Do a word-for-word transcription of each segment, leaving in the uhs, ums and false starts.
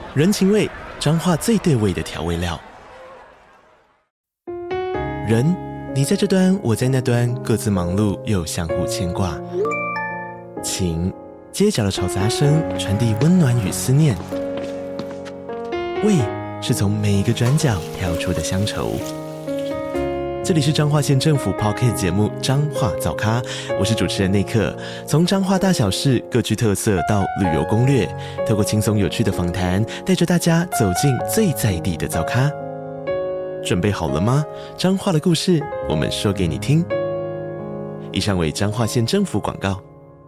人情味，彰化最对味的调味料。人，你在这端，我在那端，各自忙碌又相互牵挂。情，街角的吵杂声传递温暖与思念。味，是从每一个转角跳出的乡愁。这里是彰化县政府 Podcast 节目《彰化早咖》，我是主持人内克。从彰化大小事各具特色到旅游攻略，透过轻松有趣的访谈，带着大家走进最在地的早咖。准备好了吗？彰化的故事，我们说给你听。以上为彰化县政府广告。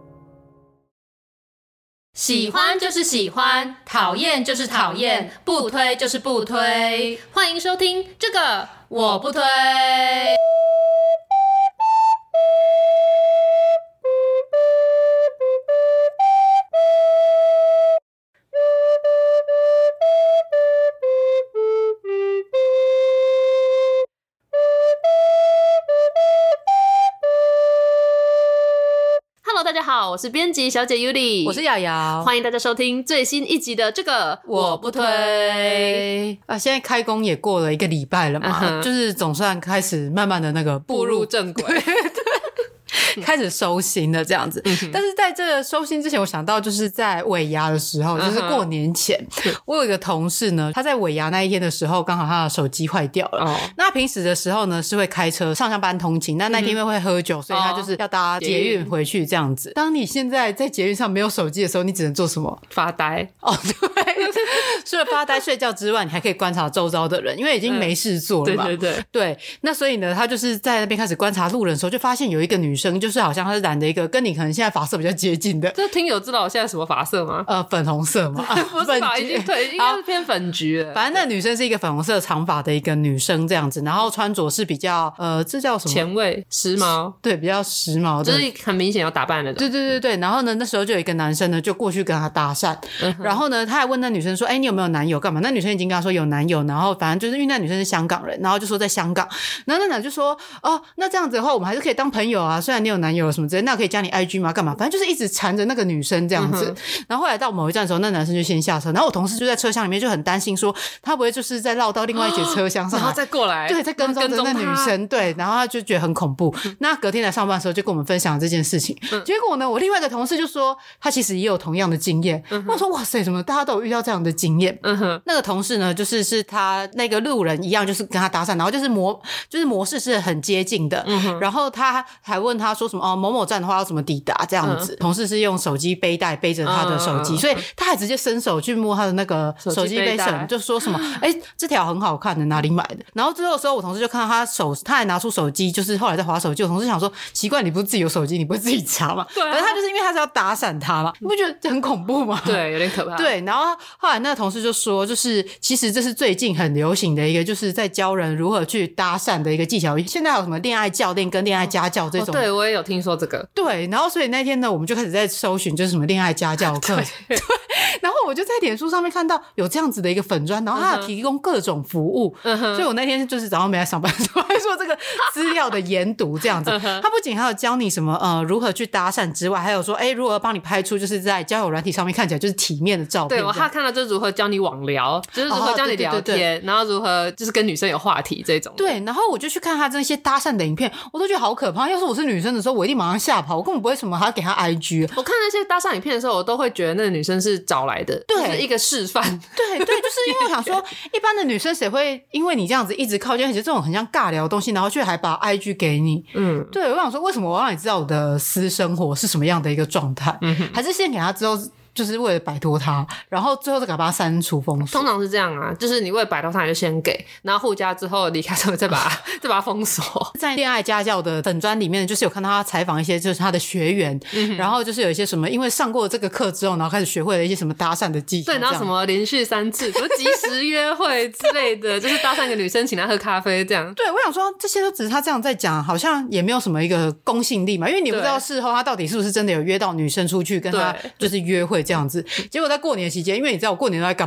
喜欢就是喜欢，讨厌就是讨厌，不推就是不推。欢迎收听这个我不推。大家好，我是编辑小姐 Yuli， 我是瑶瑶， 欢迎大家收听最新一集的这个我不推啊。现在开工也过了一个礼拜了嘛，嗯、就是总算开始慢慢的那个步入正轨， 开始收心了这样子、嗯、但是在这个收心之前，我想到就是在尾牙的时候、嗯、就是过年前、嗯、我有一个同事呢，他在尾牙那一天的时候刚好他的手机坏掉了、哦、那平时的时候呢是会开车上下班通勤，那那天因为会喝酒、嗯、所以他就是要搭捷运回去这样子、哦、当你现在在捷运上没有手机的时候，你只能做什么？ 发呆。 哦对除了发呆睡觉之外，你还可以观察周遭的人，因为已经没事做了嘛、 嗯、对对对对。那所以呢他就是在那边开始观察路人的时候，就发现有一个女生就是好像她是染的一个跟你可能现在发色比较接近的。 这听友知道我现在什么发色吗？ 呃，粉红色嘛。 不是吧？已经对，应该是偏粉橘了。 反正那女生是一个粉红色长发的一个女生这样子，然后穿着是比较呃，这叫什么？ 前卫时髦。 对，比较时髦的， 就是很明显要打扮的。 对对对对。然后呢，那时候就有一个男生呢，就过去跟她搭讪、嗯，然后呢，他还问那女生说：“哎、欸，你有没有男友？干嘛？”那女生已经跟他说有男友，然后反正就是因为那女生是香港人，然后就说在香港，然后那男就说：“哦，那这样子的话，我们还是可以当朋友啊，虽然你有男友什么之类，那可以加你 I G 吗？干嘛？反正就是一直缠着那个女生这样子。嗯”然后后来到某一站的时候，那男生就先下车，然后我同事就在车厢里面就很担心说，他不会就是再绕到另外一节车厢上来， 然后再过来， 对，再跟踪着那女生，对，然后他就觉得很恐怖。嗯、那隔天来上班的时候，就跟我们分享这件事情。嗯、结果呢，我另外一个同事就说，他其实也有同样的经验。嗯、我说哇塞，怎么大家都有遇到这样的经验？嗯哼，那个同事呢，就是是他那个路人一样，就是跟他搭讪，然后就是模就是模式是很接近的。嗯哼，然后他还问他说什么哦，某某站的话要怎么抵达这样子。嗯、同事是用手机背带背着他的手机、嗯，所以他还直接伸手去摸他的那个手机背绳，就说什么哎、欸，这条很好看的，哪里买的？然后之后的时候，我同事就看到他手，他还拿出手机，就是后来在滑手机。我同事想说，奇怪，你不是自己有手机，你不会自己查吗？对、啊，可是他就是因为他是要搭讪他嘛，你不觉得很恐怖吗？ 对，有点可怕。 对，然后后来那个同事就说，就是其实这是最近很流行的一个，就是在教人如何去搭讪的一个技巧。现在还有什么恋爱教练跟恋爱家教这种？哦、 对，我也有听说这个。 对，然后所以那天呢，我们就开始在搜寻，就是什么恋爱家教课。对，然后我就在脸书上面看到有这样子的一个粉专，然后他有提供各种服务，嗯、所以我那天就是早上没来上班的时候，还做这个资料的研读这样子。他不仅还有教你什么呃如何去搭讪之外，还有说哎如何帮你拍出就是在交友软体上面看起来就是体面的照片。 对，我还看到就是如何教你网聊，就是如何教你聊天，哦、对对对对，然后如何就是跟女生有话题这种。 对，然后我就去看他这些搭讪的影片，我都觉得好可怕。要是我是女生的时候，我一定马上吓跑，我根本不会什么还要给他 I G。 我看那些搭讪影片的时候，我都会觉得那个女生是找来的，对，就是一个示范。 对对，就是因为我想说，一般的女生谁会因为你这样子一直靠近，而且这种很像尬聊的东西，然后却还把 I G 给你？嗯，对，我想说，为什么我要让你知道我的私生活是什么样的一个状态？嗯，还是先给他之后。就是为了摆脱他，然后最后再把他删除封锁。 通常是这样啊，就是你为了摆脱他，你就先给，然后互加之后离开之后再把他再把他封锁。 在恋爱家教的粉专里面，就是有看到他采访一些就是他的学员、嗯，然后就是有一些什么，因为上过这个课之后，然后开始学会了一些什么搭讪的技巧。 对，然后什么连续三次，什么即时约会之类的，就是搭讪个女生，请她喝咖啡这样。 对，我想说这些都只是他这样在讲，好像也没有什么一个公信力嘛，因为你不知道事后他到底是不是真的有约到女生出去跟他就是约会这样子。结果在过年期间，因为你知道我过年都在干嘛？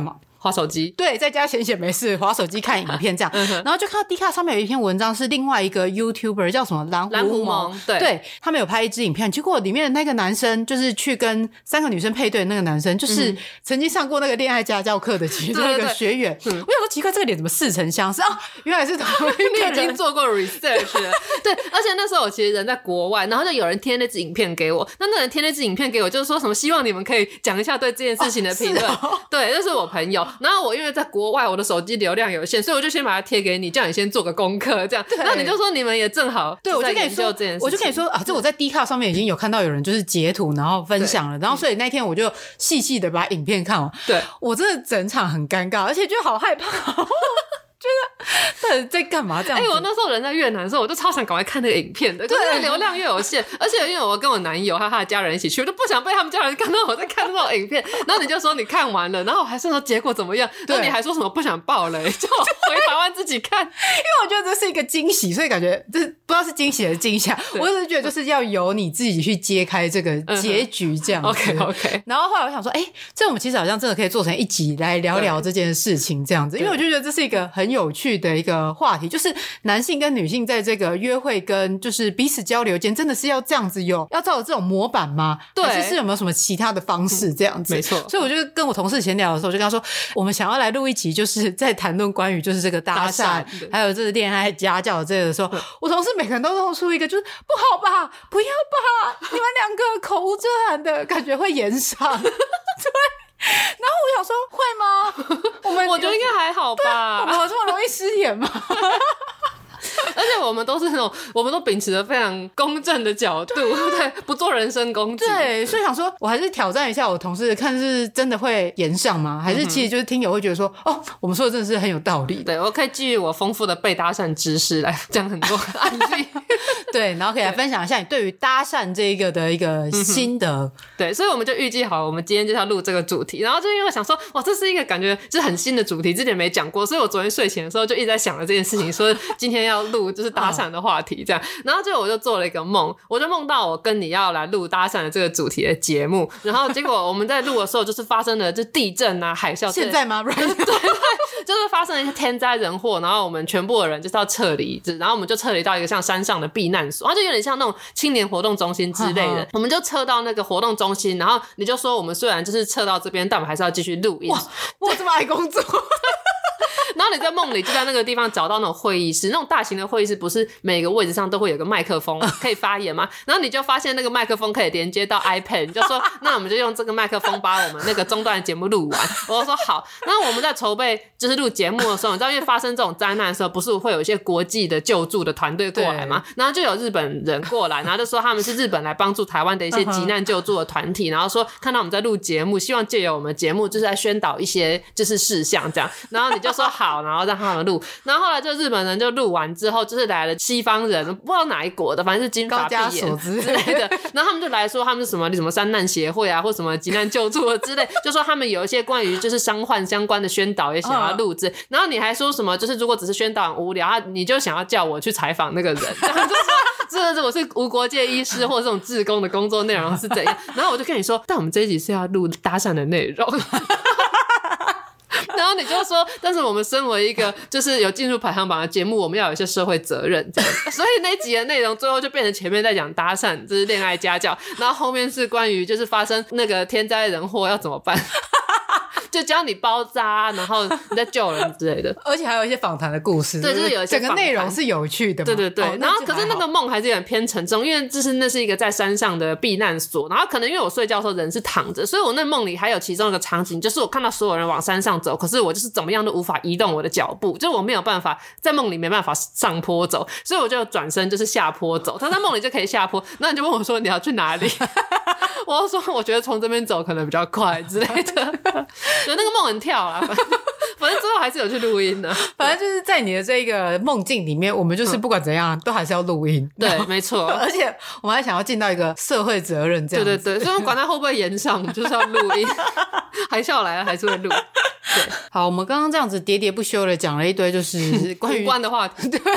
滑手机， 对，在家闲闲没事滑手机看影片这样、嗯、然后就看到 Dcard 上面有一篇文章是另外一个 YouTuber 叫什么蓝蓝狐獴，对对，他们有拍一支影片，结果里面的那个男生就是去跟三个女生配对的那个男生就是曾经上过那个恋爱家教课的其中一个学员。对对对，我想说奇怪，这个脸怎么似曾相识啊？原来是同一个人， 你已经做过 research 了。对，而且那时候我其实人在国外，然后就有人贴那支影片给我，那那人贴那支影片给我就是说什么希望你们可以讲一下对这件事情的评论、哦哦、对，这是我朋友，然后我因为在国外我的手机流量有限，所以我就先把它贴给你，叫你先做个功课这样，然后你就说你们也正好对，我就跟你说我就跟你说啊，这我在 Dcard 上面已经有看到有人就是截图然后分享了，然后所以那天我就细细的把影片看完，对，我真的整场很尴尬，而且就好害怕觉得到底在干嘛这样子？ 哎、欸，我那时候人在越南的时候，我就超想赶快看那个影片的，就是流量越有限，而且因为我跟我男友还有他的家人一起去，我就不想被他们家人看到我在看那种影片。然后你就说你看完了，然后我还是说结果怎么样？然后你还说什么不想爆雷，就回台湾自己看。因为我觉得这是一个惊喜，所以感觉这不知道是惊喜还是惊吓。我只是觉得就是要由你自己去揭开这个结局这样子。 OK OK。 然后后来我想说，哎、欸，这我们其实好像真的可以做成一集来聊聊这件事情这样子，因为我就觉得这是一个很有趣的一个话题，就是男性跟女性在这个约会跟就是彼此交流间真的是要这样子有要照着这种模板吗？对，还是是有没有什么其他的方式这样子、嗯、 没错。 所以我就跟我同事闲聊的时候我就跟他说我们想要来录一集就是在谈论关于就是这个搭讪还有这个恋爱家教这个的时候，我同事每个人都露出一个就是不好吧不要吧你们两个口无遮拦的感觉会延上对，然后我想说会吗？我们我觉得应该还好吧。 我们有这么容易失言吗？ 而且我们都是那种我们都秉持着非常公正的角度， 对,、啊、对，不做人身攻击。 对，所以想说我还是挑战一下我同事，看是真的会延上吗？还是其实就是听友会觉得说、嗯、哦我们说的真的是很有道理。 对，我可以基于我丰富的被搭讪知识来讲很多案例对，然后可以来分享一下你对于搭讪这一个的一个心得、嗯、 对，所以我们就预计好我们今天就要录这个主题，然后就因为我想说哇这是一个感觉就是很新的主题，之前没讲过，所以我昨天睡前的时候就一直在想了这件事情，说今天要录就是搭讪的话题这样，然后结果我就做了一个梦，我就梦到我跟你要来录搭讪的这个主题的节目，然后结果我们在录的时候就是发生了就地震啊海啸， 现在吗？对对对，就是发生了一些天灾人祸，然后我们全部的人就是要撤离，然后我们就撤离到一个像山上的避难所，它就有点像那种青年活动中心之类的，我们就撤到那个活动中心，然后你就说我们虽然就是撤到这边，但我们还是要继续录音。 哇，我这么爱工作然后你在梦里就在那个地方找到那种会议室，那种大型的会议室不是每个位置上都会有个麦克风可以发言吗？然后你就发现那个麦克风可以连接到 iPad， 你就说那我们就用这个麦克风把我们那个中段的节目录完。我就说好。那我们在筹备就是录节目的时候，你知道因为发生这种灾难的时候不是会有一些国际的救助的团队过来吗？然后就有日本人过来，然后就说他们是日本来帮助台湾的一些急难救助的团体，然后说看到我们在录节目，希望借由我们节目就是在宣导一些就是事项这样，然后你就说好，然后让他们录，然后后来就日本人就录完之后就是来了西方人，不知道哪一国的，反正是金发碧眼之类的，然后他们就来说他们是什么什么山难协会啊或什么急难救助之类，就说他们有一些关于就是伤患相关的宣导也想要录制，然后你还说什么就是如果只是宣导很无聊，你就想要叫我去采访那个人，这样就说这这我是无国界医师或者这种志工的工作内容是怎样，然后我就跟你说但我们这一集是要录搭讪的内容然后你就说但是我们身为一个就是有进入排行榜的节目，我们要有一些社会责任这样，所以那集的内容最后就变成前面在讲搭讪就是恋爱家教，然后后面是关于就是发生那个天灾人祸要怎么办就教你包扎然后你在救人之类的， 而且还有一些访谈的故事， 对，就是有一些整个内容是有趣的嘛， 对对对、 哦、 然后可是那个梦还是有点偏沉重，因为就是那是一个在山上的避难所，然后可能因为我睡觉的时候人是躺着，所以我那梦里还有其中一个场景就是我看到所有人往山上走，可是我就是怎么样都无法移动我的脚步，就是我没有办法在梦里没办法上坡走，所以我就转身就是下坡走，他在梦里就可以下坡，那你就问我说你要去哪里我就说我觉得从这边走可能比较快之类的所以那个梦很跳啊，反正反正最后还是有去录音的， 反正就是在你的这个梦境里面我们就是不管怎样、嗯、都还是要录音， 对没错而且我们还想要尽到一个社会责任这样子， 对对对，所以我管他会不会延上就是要录音还是要来了还是会录。对， 好，我们刚刚这样子喋喋不休的讲了一堆就是关于无关的话题对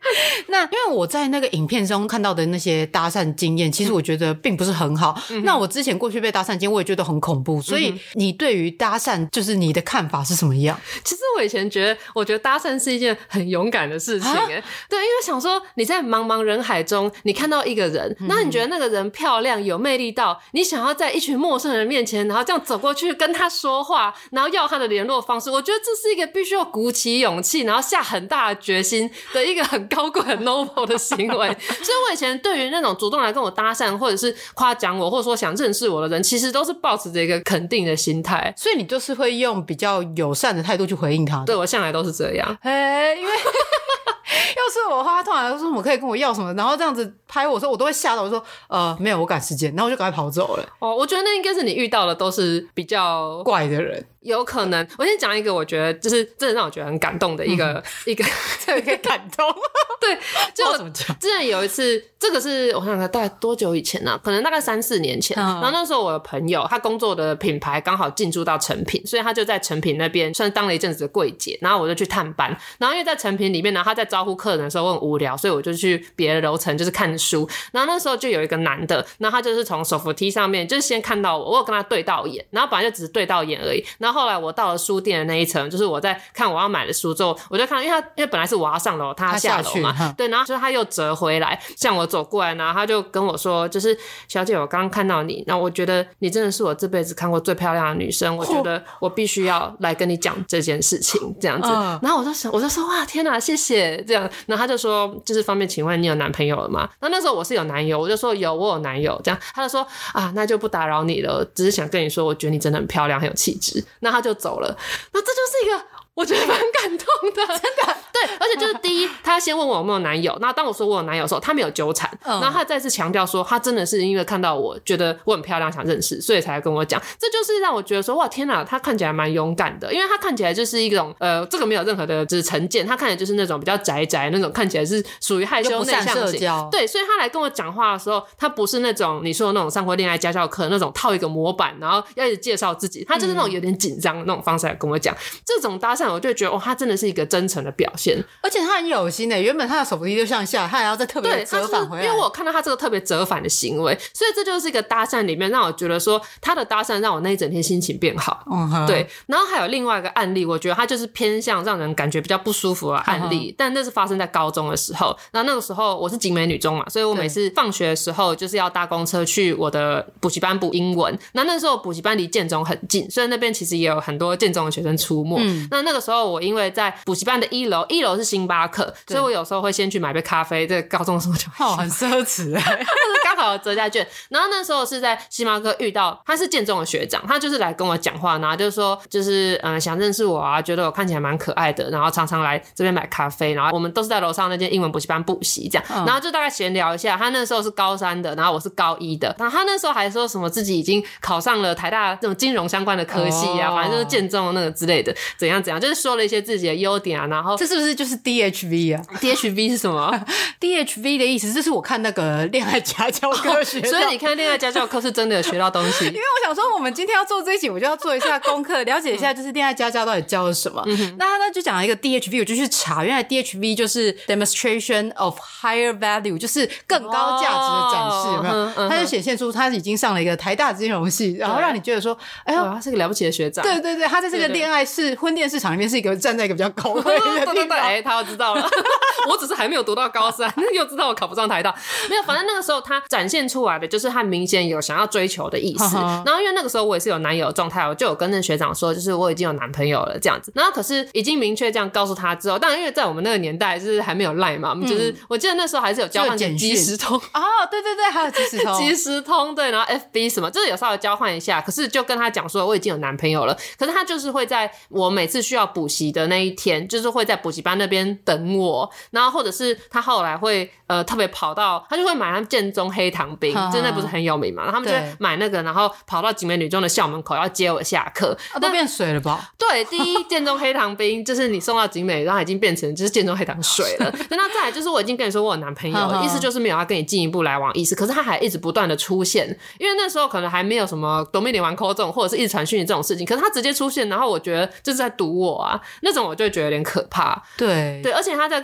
那因为我在那个影片中看到的那些搭讪经验，其实我觉得并不是很好。嗯、那我之前过去被搭讪经验，我也觉得很恐怖。所以你对于搭讪，就是你的看法是什么样？ 其实我以前觉得，我觉得搭讪是一件很勇敢的事情、欸。哎，对，因为想说你在茫茫人海中，你看到一个人，那、嗯、你觉得那个人漂亮、有魅力到你想要在一群陌生人面前，然后这样走过去跟他说话，然后要他的联络方式，我觉得这是一个必须要鼓起勇气，然后下很大的决心的一个很高贵、很 noble 的行为。所以我以前对于那种主动来跟我搭讪，或者是夸奖我，或者说想认识我的人，其实都是抱持着一个肯定的心态。 所以你就是会用比较友善的态度去回应他的。 对，我向来都是这样。 哎，因为要是我的话，他通常都说我可以跟我要什么，然后这样子拍我的时候，我都会吓到，我说呃没有，我赶时间，然后我就赶快跑走了。 哦，我觉得那应该是你遇到的都是比较怪的人。 有可能，我先讲一个我觉得就是真的让我觉得很感动的一个、嗯、一个这个可以感动对，就我怎么讲， 之前有一次，这个是我想想大概多久以前呢、啊？可能大概三四年前、嗯、然后那时候我的朋友他工作的品牌刚好进驻到成品，所以他就在成品那边算当了一阵子的柜姐，然后我就去探班，然后因为在成品里面呢，他在招呼客人的时候我很无聊，所以我就去别的楼层就是看书，然后那时候就有一个男的，然后他就是从手扶梯上面就是先看到我，我有跟他对到眼，然后本来就只是对到眼而已，然后后来我到了书店的那一层，就是我在看我要买的书之后，我就看，因为他因为本来是我要上楼，他下楼嘛，对，然后就是他又折回来向我走过来，然后他就跟我说，就是小姐，我刚刚看到你，然后我觉得你真的是我这辈子看过最漂亮的女生，我觉得我必须要来跟你讲这件事情，这样子。嗯、然后我就想，我就说哇，天哪，谢谢，这样。然后他就说，就是方便请问你有男朋友了吗？然后那时候我是有男友，我就说有，我有男友，这样。他就说啊，那就不打扰你了，只是想跟你说，我觉得你真的很漂亮，很有气质。那他就走了。那这就是一个我觉得蛮感动的，真的。对，而且就是第一，他先问我有没有男友，那当我说我有男友的时候，他没有纠缠，嗯、然后他再次强调说，他真的是因为看到我觉得我很漂亮，想认识，所以才跟我讲。这就是让我觉得说，哇，天哪，他看起来蛮勇敢的，因为他看起来就是一种呃，这个没有任何的就是成见，他看起来就是那种比较宅宅那种，看起来是属于害羞内向型。对，所以他来跟我讲话的时候，他不是那种你说的那种上过恋爱家教课那种套一个模板，然后要一直介绍自己，他就是那种有点紧张的那种方式来跟我讲。嗯、这种搭讪，我就觉得，哦，他真的是一个真诚的表现， 而且他很有心的。原本他的手扶梯就向下，他还要再特别折返回来。 因为我有看到他这个特别折返的行为，所以这就是一个搭讪里面让我觉得说，他的搭讪让我那一整天心情变好。嗯、对，然后还有另外一个案例，我觉得他就是偏向让人感觉比较不舒服的案例，嗯、但那是发生在高中的时候。然后那个时候我是景美女中嘛，所以我每次放学的时候就是要搭公车去我的补习班补英文。那那时候补习班离建中很近，所以那边其实也有很多建中的学生出没。嗯、那那个时候我因为在补习班的一楼，一楼是星巴克，所以我有时候会先去买杯咖啡。这个高中的时候就哦，很奢侈哎、欸， 就是刚好有折价券。然后那时候是在星巴克遇到，他是建中的学长，他就是来跟我讲话，然后就说就是嗯、呃、想认识我啊，觉得我看起来蛮可爱的，然后常常来这边买咖啡，然后我们都是在楼上那间英文补习班补习这样，嗯、然后就大概闲聊一下。他那时候是高三的，然后我是高一的，然后他那时候还说什么自己已经考上了台大这种金融相关的科系啊，哦、反正就是建中那个之类的，怎样怎样，就是说了一些自己的优点啊。然后这是不是就是 D H V 啊 ？D H V 是什么 ？D H V 的意思，这是我看那个恋爱家教课学到、 哦，所以你看恋爱家教课是真的有学到东西。 因为我想说，我们今天要做这一集，我就要做一下功课，了解一下就是恋爱家教到底教了什么。嗯、那他呢就讲了一个 D H V， 我就去查，原来 D H V 就是 Demonstration of Higher Value， 就是更高价值的展示，哦、有没有？嗯嗯、他就显现出他已经上了一个台大金融系，然后让你觉得说，哎呦， 他是个了不起的学长。 对对对，他在这个恋爱市婚恋市场里面是一个站在一个比较高位的地方。 对对对，哎，他要知道了，我只是还没有读到高三，又知道我考不上台大，没有，反正那个时候他展现出来的就是他明显有想要追求的意思。然后因为那个时候我也是有男友的状态，我就有跟那学长说，就是我已经有男朋友了这样子。然后可是已经明确这样告诉他之后，当然因为在我们那个年代就是还没有 LINE 嘛，就是、嗯、我记得那时候还是有交换成即时通哦，对对对，还有即时通， 即时通对，然后 F B 什么，就是有稍微交换一下。可是就跟他讲说我已经有男朋友了，可是他就是会在我每次需要补习的那一天，就是会在补习班那边等我，然后或者是他后来会呃特别跑到，他就会买他们建中黑糖冰，就那不是很有名嘛，然后他们就会买那个，然后跑到景美女中的校门口要接我下课、 啊、都变水了吧？ 对，第一建中黑糖冰就是你送到景美，然后已经变成就是建中黑糖水了。那再来就是我已经跟你说我有男朋友，意思就是没有要跟你进一步来往意思，可是他还一直不断的出现，因为那时候可能还没有什么夺命连环扣这种或者是一直传讯这种事情，可是他直接出现，然后我觉得就是在堵我啊，那种我就会觉得有点可怕。 对对，而且他在跟我搭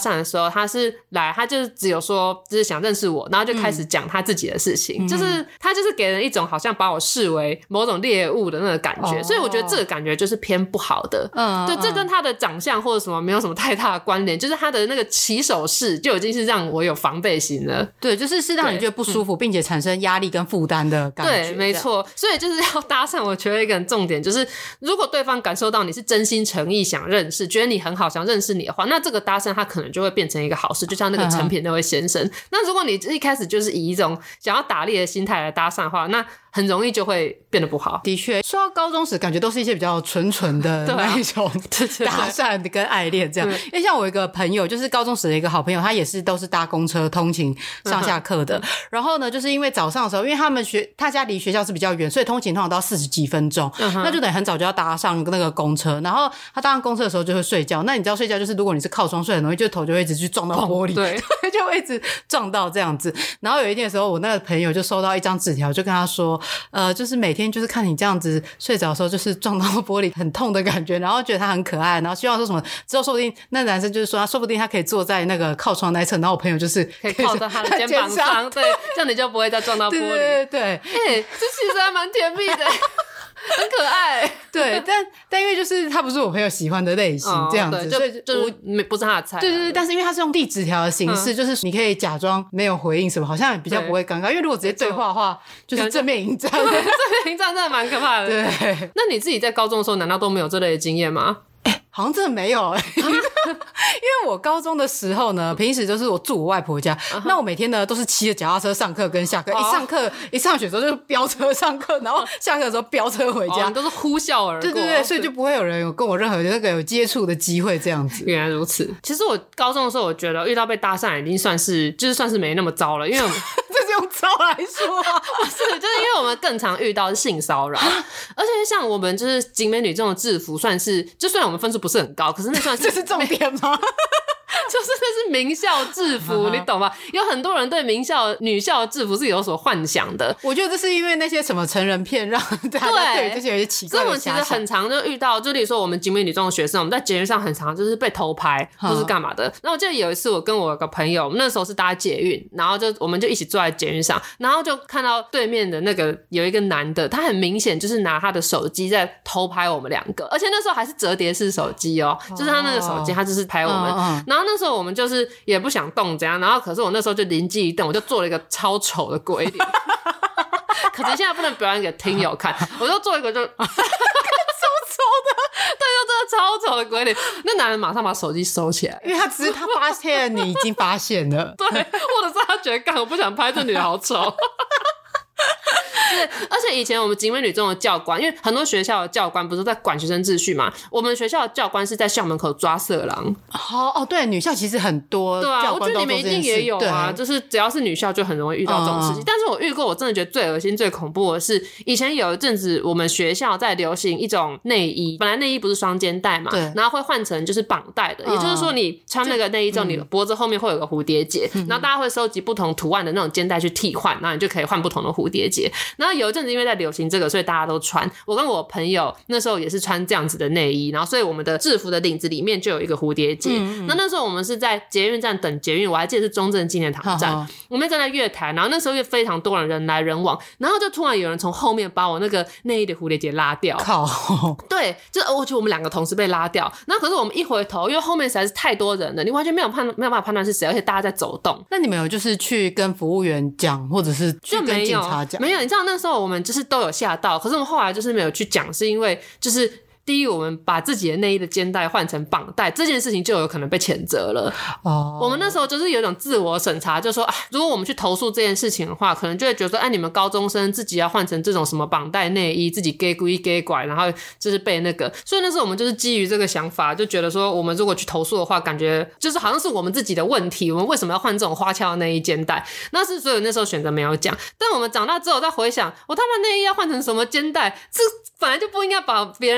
讪的时候，他是来他就是只有说就是想认识我，然后就开始讲他自己的事情、嗯、就是他就是给人一种好像把我视为某种猎物的那个感觉、哦、所以我觉得这个感觉就是偏不好的。嗯，对，这跟他的长相或者什么没有什么太大的关联，就是他的那个起手式就已经是让我有防备心了。 对，就是是让你觉得不舒服、嗯、并且产生压力跟负担的感觉。 对，没错。所以就是要搭讪，我觉得一个很重点就是如果对方感受到你是真心诚意想认识，觉得你很好想认识你的话，那这个搭讪他可能就会变成一个好事，就像那个陈品那位先生。那如果你一开始就是以一种想要打猎的心态来搭讪的话，那很容易就会变得不好。 的确，说到高中时感觉都是一些比较纯纯的那一种搭讪跟爱恋这样。因为像我一个朋友，就是高中时的一个好朋友，他也是都是搭公车通勤上下课的、嗯、然后呢就是因为早上的时候，因为他们学他家离学校是比较远，所以通勤通常都要四十几分钟、嗯、那就等于很早就要搭上那个公车，然后他搭上公车的时候就会睡觉。那你知道睡觉就是如果你是靠窗睡，很容易就头就会一直去撞到玻璃，对，就会一直撞到这样子。然后有一天的时候，我那个朋友就收到一张纸条，就跟他说呃，就是每天就是看你这样子睡着的时候就是撞到玻璃很痛的感觉，然后觉得他很可爱，然后希望说什么之后说不定那男生就是说他说不定他可以坐在那个靠窗那一侧，然后我朋友就是可以靠到他的肩膀上，对，这样你就不会再撞到玻璃。对对对，哎、欸，这其实还蛮甜蜜的。很可爱。 对，但但因为就是他不是我朋友喜欢的类型这样子、哦、 就所以就不是他的菜、啊、 对对对，但是因为他是用递纸条的形式、嗯、就是你可以假装没有回应什么，好像比较不会尴尬，因为如果直接对话的话就是正面迎战，正面迎战真的蛮可怕的。对，那你自己在高中的时候难道都没有这类的经验吗？ 欸，好像真的没有、欸、因为我高中的时候呢，平时就是我住我外婆家、uh-huh. 那我每天呢都是骑着脚踏车上课跟下课、oh. 一上课一上学的时候就是飙车上课，然后下课的时候飙车回家、 oh, 都是呼啸而过。 对对对，所以就不会有人有跟我任何那个有接触的机会这样子。 原来如此。其实我高中的时候我觉得遇到被搭讪已经算是就是算是没那么糟了，因为我们这是用糟来说啊不是，就是因为我们更常遇到是性骚扰而且像我们就是景美女这种制服算是就虽然我们分数不是很高，可是那算是这是重点吗？ 就是那是名校制服你懂吗？有很多人对名校女校的制服是有所幻想的。 我觉得这是因为那些什么成人片让大家对于这些有些奇怪的遐想。所以我们其实很常就遇到，就例如说我们景美女中的学生，我们在捷运上很常就是被偷拍或是干嘛的。然后我记得有一次我跟我有个朋友，我们那时候是搭捷运，然后就我们就一起坐在捷运上，然后就看到对面的那个有一个男的，他很明显就是拿他的手机在偷拍我们两个，而且那时候还是折叠式手机哦，就是他那个手机他就是拍我们、哦、然后那时候我们就是也不想动怎样，然后可是我那时候就灵机一动，我就做了一个超丑的鬼脸可是现在不能表演给听友看，我就做一个就超丑的，对，就真的超丑的鬼脸。那男人马上把手机收起来， 因为他只是他发现你已经发现了对，或者是他觉得干我不想拍这女的好丑对，而且以前我们景美女中的教官，因为很多学校的教官不是在管学生秩序嘛，我们学校的教官是在校门口抓色狼。 哦哦，对，女校其实很多教官都做这件事。对啊，我觉得你们一定也有啊，就是只要是女校就很容易遇到这种事情、嗯、但是我遇过我真的觉得最恶心最恐怖的是，以前有一阵子我们学校在流行一种内衣，本来内衣不是双肩带嘛，对，然后会换成就是绑带的、嗯、也就是说你穿那个内衣之后、嗯、你脖子后面会有个蝴蝶结、嗯、然后大家会收集不同图案的那种肩带去替换，然后你就可以换不同的蝴蝶结。然后有一阵子因为在流行这个，所以大家都穿，我跟我朋友那时候也是穿这样子的内衣，然后所以我们的制服的领子里面就有一个蝴蝶结。嗯嗯，那那时候我们是在捷运站等捷运，我还记得是中正纪念堂站，好好，我们站在月台，然后那时候又非常多人人来人往，然后就突然有人从后面把我那个内衣的蝴蝶结拉掉。 靠！ 对，就我觉得我们两个同时被拉掉，那可是我们一回头，因为后面实在是太多人了，你完全没有判没有办法判断是谁，而且大家在走动。 那你们有就是去跟服务员讲，或者是去跟警察讲？ 没有，你知道那时候我们就是都有吓到，可是我们后来就是没有去讲，是因为就是第一我们把自己的内衣的肩带换成绑带，这件事情就有可能被谴责了。哦，我们那时候就是有一种自我审查，就说、啊、如果我们去投诉这件事情的话，可能就会觉得说哎、啊，你们高中生自己要换成这种什么绑带内衣，自己给故意给拐，然后就是被那个，所以那时候我们就是基于这个想法，就觉得说我们如果去投诉的话，感觉就是好像是我们自己的问题，我们为什么要换这种花俏的内衣肩带，那是所以那时候选择没有讲。但我们长大之后再回想，我他妈内衣要换成什么肩带，这本来就不应该把别人的内衣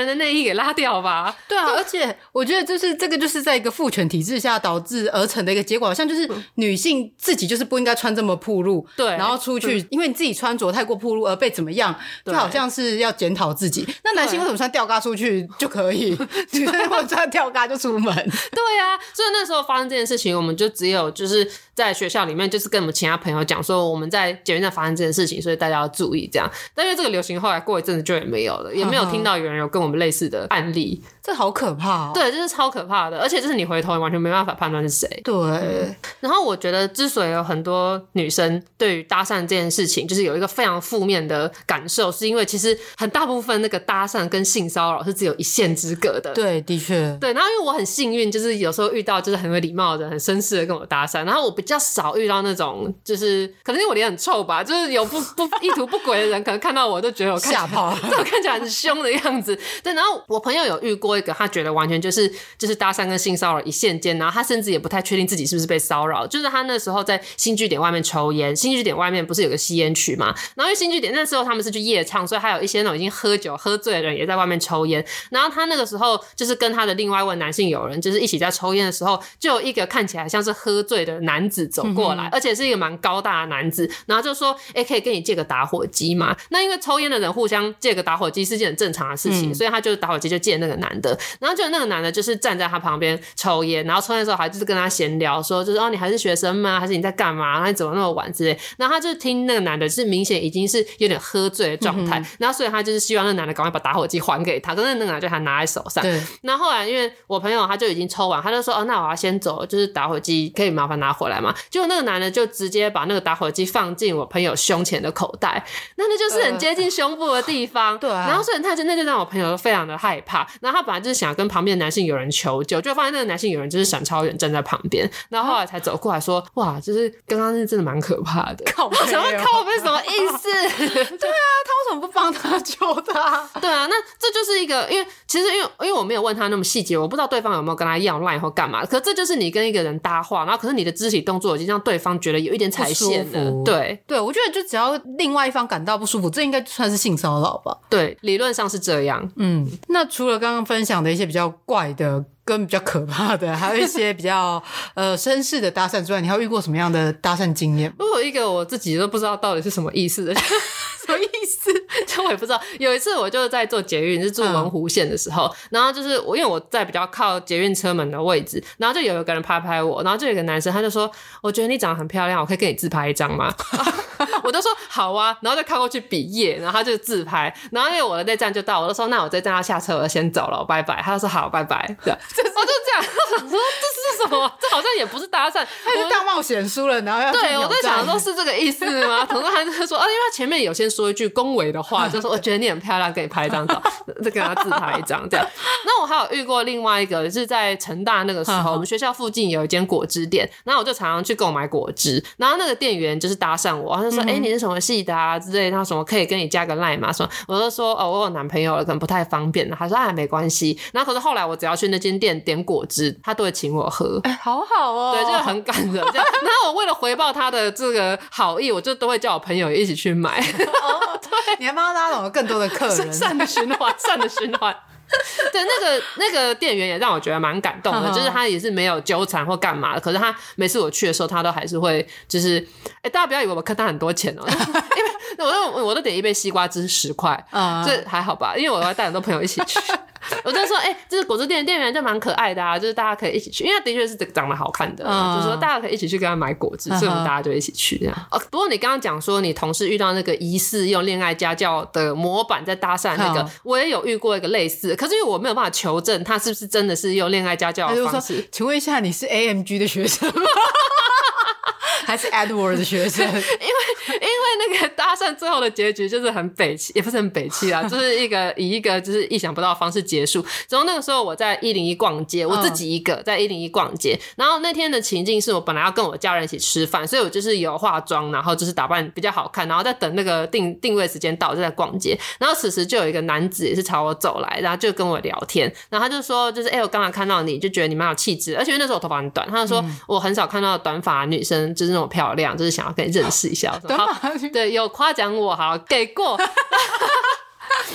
力给拉掉吧。 对啊，而且我觉得就是这个就是在一个父权体制下导致而成的一个结果，好像就是女性自己就是不应该穿这么暴露， 对， 然后出去、嗯、因为你自己穿着太过暴露而被怎么样，就好像是要检讨自己。那男性为什么穿吊嘎出去就可以，女生会穿吊嘎就出门？ 对啊，所以那时候发生这件事情，我们就只有就是在学校里面就是跟我们其他朋友讲说我们在捷运站发生这件事情，所以大家要注意这样。但因为这个流行后来过一阵子就也没有了，也没有听到有人有跟我们类似的案例。 这好可怕哦。 对，这是超可怕的，而且就是你回头完全没办法判断是谁。 对、 嗯、然后我觉得之所以有很多女生对于搭讪这件事情就是有一个非常负面的感受，是因为其实很大部分那个搭讪跟性骚扰是只有一线之隔的。 对，的确。 对，然后因为我很幸运，就是有时候遇到就是很有礼貌的人，很绅士的跟我搭讪，然后我比较少遇到那种就是可能因为我脸很臭吧，就是有不不意图不轨的人可能看到我都觉得我吓跑， 对，我看起来很凶的样子。对，然后我朋友有遇过一个，他觉得完全就是就是搭讪跟性骚扰一线间，然后他甚至也不太确定自己是不是被骚扰。就是他那时候在新据点外面抽烟，新据点外面不是有个吸烟区嘛，然后因为新据点那时候他们是去夜唱，所以还有一些那种已经喝酒喝醉的人也在外面抽烟。然后他那个时候就是跟他的另外一位男性友人就是一起在抽烟的时候，就有一个看起来像是喝醉的男子走过来、嗯、而且是一个蛮高大的男子，然后就说诶、欸、可以跟你借个打火机嘛。那因为抽烟的人互相借个打火机是件很正常的事情、嗯、所以他就打火机就借那个男的，然后就那个男的就是站在他旁边抽烟，然后抽烟的时候还就是跟他闲聊说就是哦你还是学生吗，还是你在干嘛，然后你怎么那么晚之类。然后他就听那个男的是明显已经是有点喝醉的状态、嗯、然后所以他就是希望那个男的赶快把打火机还给他，可是那个男的就还拿在手上。对，然后后来因为我朋友他就已经抽完，他就说哦那我要先走，就是打火机可以麻烦拿回来嘛。结果那个男的就直接把那个打火机放进我朋友胸前的口袋，那那就是很接近胸部的地方、呃、对、啊、然后所以他就那就让我朋友非常的害怕，然后他本来就是想跟旁边的男性友人求救，就发现那个男性友人就是闪超远站在旁边，然后后来才走过来说哇就是刚刚是真的蛮可怕的。 靠北哦， 想要靠北什么意思？ 对啊，他为什么不帮他救他？ 对啊，那这就是一个因为其实因为因为我没有问他那么细节，我不知道对方有没有跟他要 line 或干嘛，可这就是你跟一个人搭话，然后可是你的肢体动作已经让对方觉得有一点踩线了。对对， 我觉得就只要另外一方感到不舒服，这应该算是性骚扰吧。 对，理论上是这样。 嗯，那除了刚刚分享的一些比较怪的跟比较可怕的，还有一些比较呃绅士的搭讪之外，你还有遇过什么样的搭讪经验？ 我有一个我自己都不知道到底是什么意思的什么意思？ 就我也不知道。有一次我就在坐捷运，是住文湖线的时候、嗯、然后就是我因为我在比较靠捷运车门的位置，然后就有一个人拍拍我，然后就有一个男生他就说我觉得你长得很漂亮，我可以跟你自拍一张吗？我就说好啊，然后就靠过去比耶，然后他就自拍，然后因为我的那站就到，我就说那我这站要下车，我就先走了，我拜拜。他就说好拜拜，对，我就这样，我想说这是什么？这好像也不是搭讪， 他是大冒险输了，然后要对，我在想说是这个意思吗？同时他就说啊，因为他前面有先说一句恭维的话，就说我觉得你很漂亮，给你拍一张照，就跟他自拍一张这样。那我还有遇过另外一个是在成大那个时候，我们学校附近有一间果汁店，然后我就常常去购买果汁，然后那个店员就是搭讪我，他就说哎、嗯欸、你是什么系的啊之类的，他什么可以跟你加个 line 吗？什么我就说哦我有男朋友了，可能不太方便，他说啊没关系。然后可是后来我只要去那间店点果汁，他都会请我喝， 哎、欸、好好哦， 对，就很感人这样。然后我为了回报他的这个好意，我就都会叫我朋友一起去买。 哦，对，你还帮他拉拢了更多的客人， 善的循环，善的循环。对，那个那个店员也让我觉得蛮感动的，就是他也是没有纠缠或干嘛的，可是他每次我去的时候，他都还是会就是，哎、欸，大家不要以为我坑他很多钱哦、喔，因为我都我都点一杯西瓜汁十块，嗯，这还好吧，因为我要带很多朋友一起去。我就说，哎、欸，这个果汁店的店员就蛮可爱的啊，就是大家可以一起去，因为他的确是长得好看的，嗯、就是说大家可以一起去跟他买果汁，嗯、所以我们大家就一起去这样。哦，不过你刚刚讲说你同事遇到那个疑似用恋爱家教的模板在搭讪那个，我也有遇过一个类似，可是因为我没有办法求证他是不是真的是用恋爱家教的方式。 请问一下，你是 A M G 的学生吗？还是 Edward 的学生？因为因为那个搭讪最后的结局就是很北七，也不是很北七啦，就是一个以一个就是意想不到的方式结束。然后那个时候我在一零一逛街，我自己一个在一零一逛街，然后那天的情境是我本来要跟我家人一起吃饭，所以我就是有化妆，然后就是打扮比较好看，然后在等那个定定位时间到，就在逛街。然后此时就有一个男子也是朝我走来，然后就跟我聊天，然后他就说就是哎、欸，我刚才看到你就觉得你蛮有气质，而且那时候我头发很短，他就说、嗯、我很少看到短发女生就是那种漂亮，就是想要跟你认识一下。短发对，有夸奖我，好给过。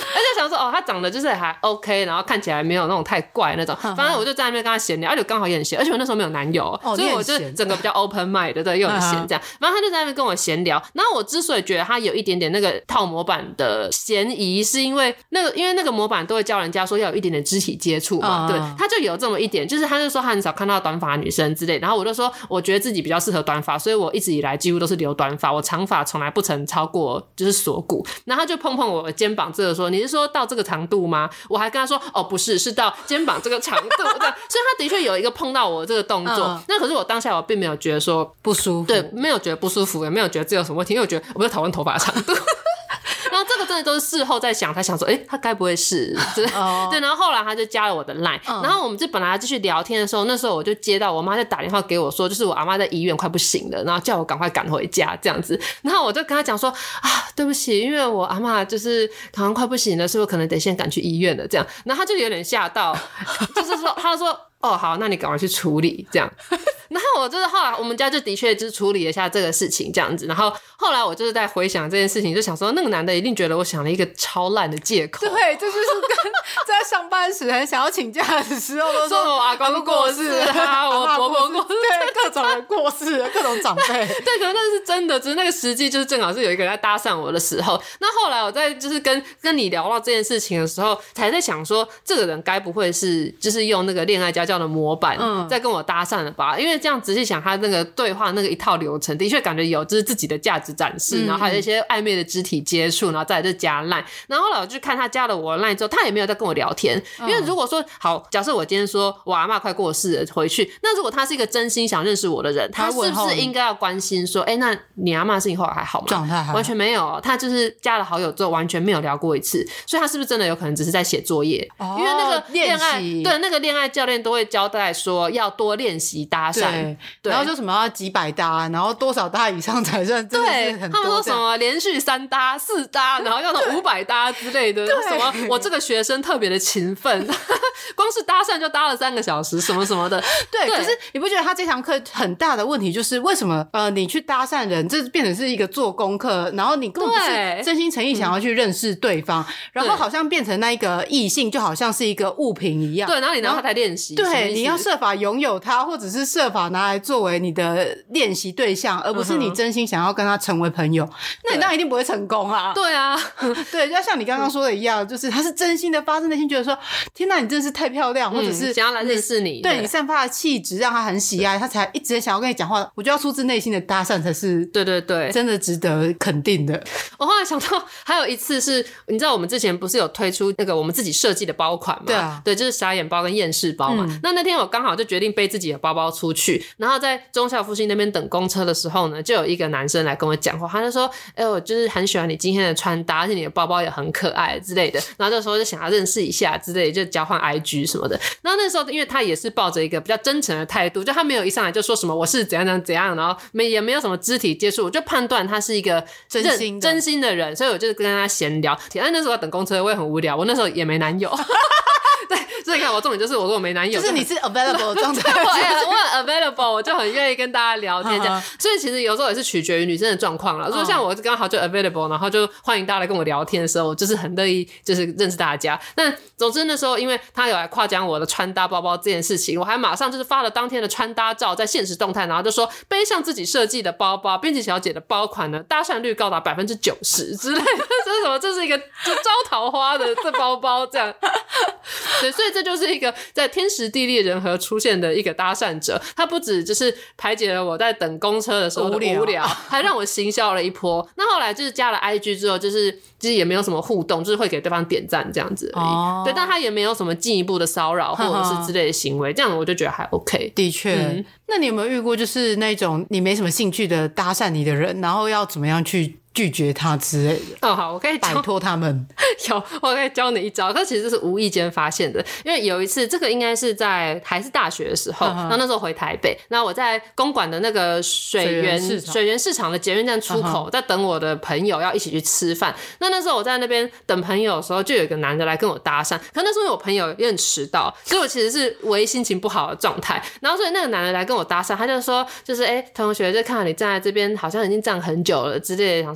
且想说哦，他长得就是还 OK， 然后看起来没有那种太怪那种。反正我就在那边跟他闲聊，而且刚好也很闲，而且我那时候没有男友， 哦、 所以我就整个比较 open mind， 对，又很闲这样。反正他就在那边跟我闲聊。然后我之所以觉得他有一点点那个套模板的嫌疑，是因为那个因为那个模板都会教人家说要有一点点肢体接触嘛，对，他就有这么一点，就是他就说他很少看到短发女生之类。然后我就说我觉得自己比较适合短发，所以我一直以来几乎都是留短发，我长发从来不曾超过就是锁骨。然后他就碰碰我的肩膀，这个说你是说到这个长度吗？我还跟他说哦不是，是到肩膀这个长度这样。所以他的确有一个碰到我这个动作、嗯、那可是我当下我并没有觉得说不舒服， 对，没有觉得不舒服，也没有觉得这有什么问题，因为我觉得我在讨论头发的长度然后这个真的都是事后在想才想说哎、欸，他该不会是、oh. 对，然后后来他就加了我的 line、oh. 然后我们就本来继续聊天的时候，那时候我就接到我妈在打电话给我说，就是我阿妈在医院快不行了，然后叫我赶快赶回家这样子。然后我就跟他讲说啊对不起，因为我阿妈就是好像快不行了，所以我可能得先赶去医院了这样。然后他就有点吓到，就是说他说哦好，那你赶快去处理这样。然后我就是后来我们家就的确就是处理了一下这个事情这样子。然后后来我就是在回想这件事情，就想说那个男的一定觉得我想了一个超烂的借口。 对，这就是跟在上班时很想要请假的时候都说我阿公过世啊，我婆婆过世， 对，各种人过世，各种长辈。 对，可能那是真的，只是那个时机就是正好是有一个人在搭讪我的时候。那后来我在就是跟跟你聊到这件事情的时候，才在想说这个人该不会是就是用那个恋爱家教的模板、嗯、在跟我搭讪了吧？因为这样仔细想他那个对话那个一套流程的确感觉有就是自己的价值展示、嗯、然后还有一些暧昧的肢体接触，然后再来就加 line。 然后后来我就看他加了我的 line 之后，他也没有再跟我聊天、嗯、因为如果说好，假设我今天说我阿嬷快过世了回去，那如果他是一个真心想认识我的人，他是不是应该要关心说哎、欸，那你阿嬷事情后来还好吗？ 状态还好， 完全没有，他就是加了好友之后完全没有聊过一次。所以他是不是真的有可能只是在写作业、哦、因为那个恋爱对那个恋爱教练都会交代说要多练习搭讪， 对, 对， 然后就什么要几百搭，然后多少搭以上才算真的是很多。 对，他们说什么连续三搭四搭，然后要到五百搭之类的，什么我这个学生特别的勤奋光是搭讪就搭了三个小时什么什么的。 对, 对，可是你不觉得他这堂课很大的问题就是为什么呃你去搭讪人，这变成是一个做功课，然后你根本不是真心诚意想要去认识对方、嗯、然后好像变成那一个异性就好像是一个物品一样。 对，然后你拿他来练习， 对，你要设法拥有他，或者是设法拿来作为你的练习对象，而不是你真心想要跟他成为朋友、嗯、那你当然一定不会成功啊。 对啊对，要像你刚刚说的一样，就是他是真心的发自内心觉得说天哪你真的是太漂亮、嗯、或者是想要来认识你， 对，你散发的气质让他很喜爱，他才一直想要跟你讲话。我觉得要出自内心的搭讪才是对对对真的值得肯定的。 我后来想到还有一次是你知道我们之前不是有推出那个我们自己设计的包款吗？ 对啊， 对，就是傻眼包跟厌世包嘛、嗯、那那天我刚好就决定背自己的包包出去，然后在忠孝复兴那边等公车的时候呢，就有一个男生来跟我讲话，他就说哎、欸，我就是很喜欢你今天的穿搭，而且你的包包也很可爱之类的，然后这时候就想要认识一下之类的，就交换 I G 什么的。然后那时候因为他也是抱着一个比较真诚的态度，就他没有一上来就说什么我是怎样怎样怎样，然后没也没有什么肢体接触，我就判断他是一个真心的真心的人，所以我就跟他闲聊。但那时候等公车我也很无聊，我那时候也没男友对，所以你看我重点就是我说我没男友， 就是你是 available 的状态我很 available 我就很愿意跟大家聊天这样所以其实有时候也是取决于女生的状况啦。如果像我刚好就 available 然后就欢迎大家来跟我聊天的时候，我就是很乐意就是认识大家。但总之那时候因为他有来夸奖我的穿搭包包这件事情，我还马上就是发了当天的穿搭照在限时动态，然后就说背上自己设计的包包，编辑小姐的包款呢搭讪率高达 百分之九十 之类的这是什么？这是一个就招桃花的这包包这样对，所以这就是一个在天时地利人和出现的一个搭讪者，他不止就是排解了我在等公车的时候的无聊, 无聊还让我行销了一波。那后来就是加了 I G 之后，就是其实也没有什么互动，就是会给对方点赞这样子而已、哦、对，但他也没有什么进一步的骚扰或者是之类的行为，这样我就觉得还 OK。 的确、嗯、那你有没有遇过就是那种你没什么兴趣的搭讪你的人，然后要怎么样去拒绝他之类的？ 哦，好，我可以摆脱他们。 有，我可以教你一招，可是其实这是无意间发现的。因为有一次，这个应该是在还是大学的时候，然后那时候回台北，那我在公馆的那个水源水源市场的捷运站出口，在等我的朋友要一起去吃饭。那那时候我在那边等朋友的时候，就有一个男的来跟我搭讪，可那时候我朋友有点迟到，所以我其实是唯一心情不好的状态。然后所以那个男的来跟我搭讪，他就说，就是哎、欸，同学，就看到你站在这边，好像已经站很久了之类的，想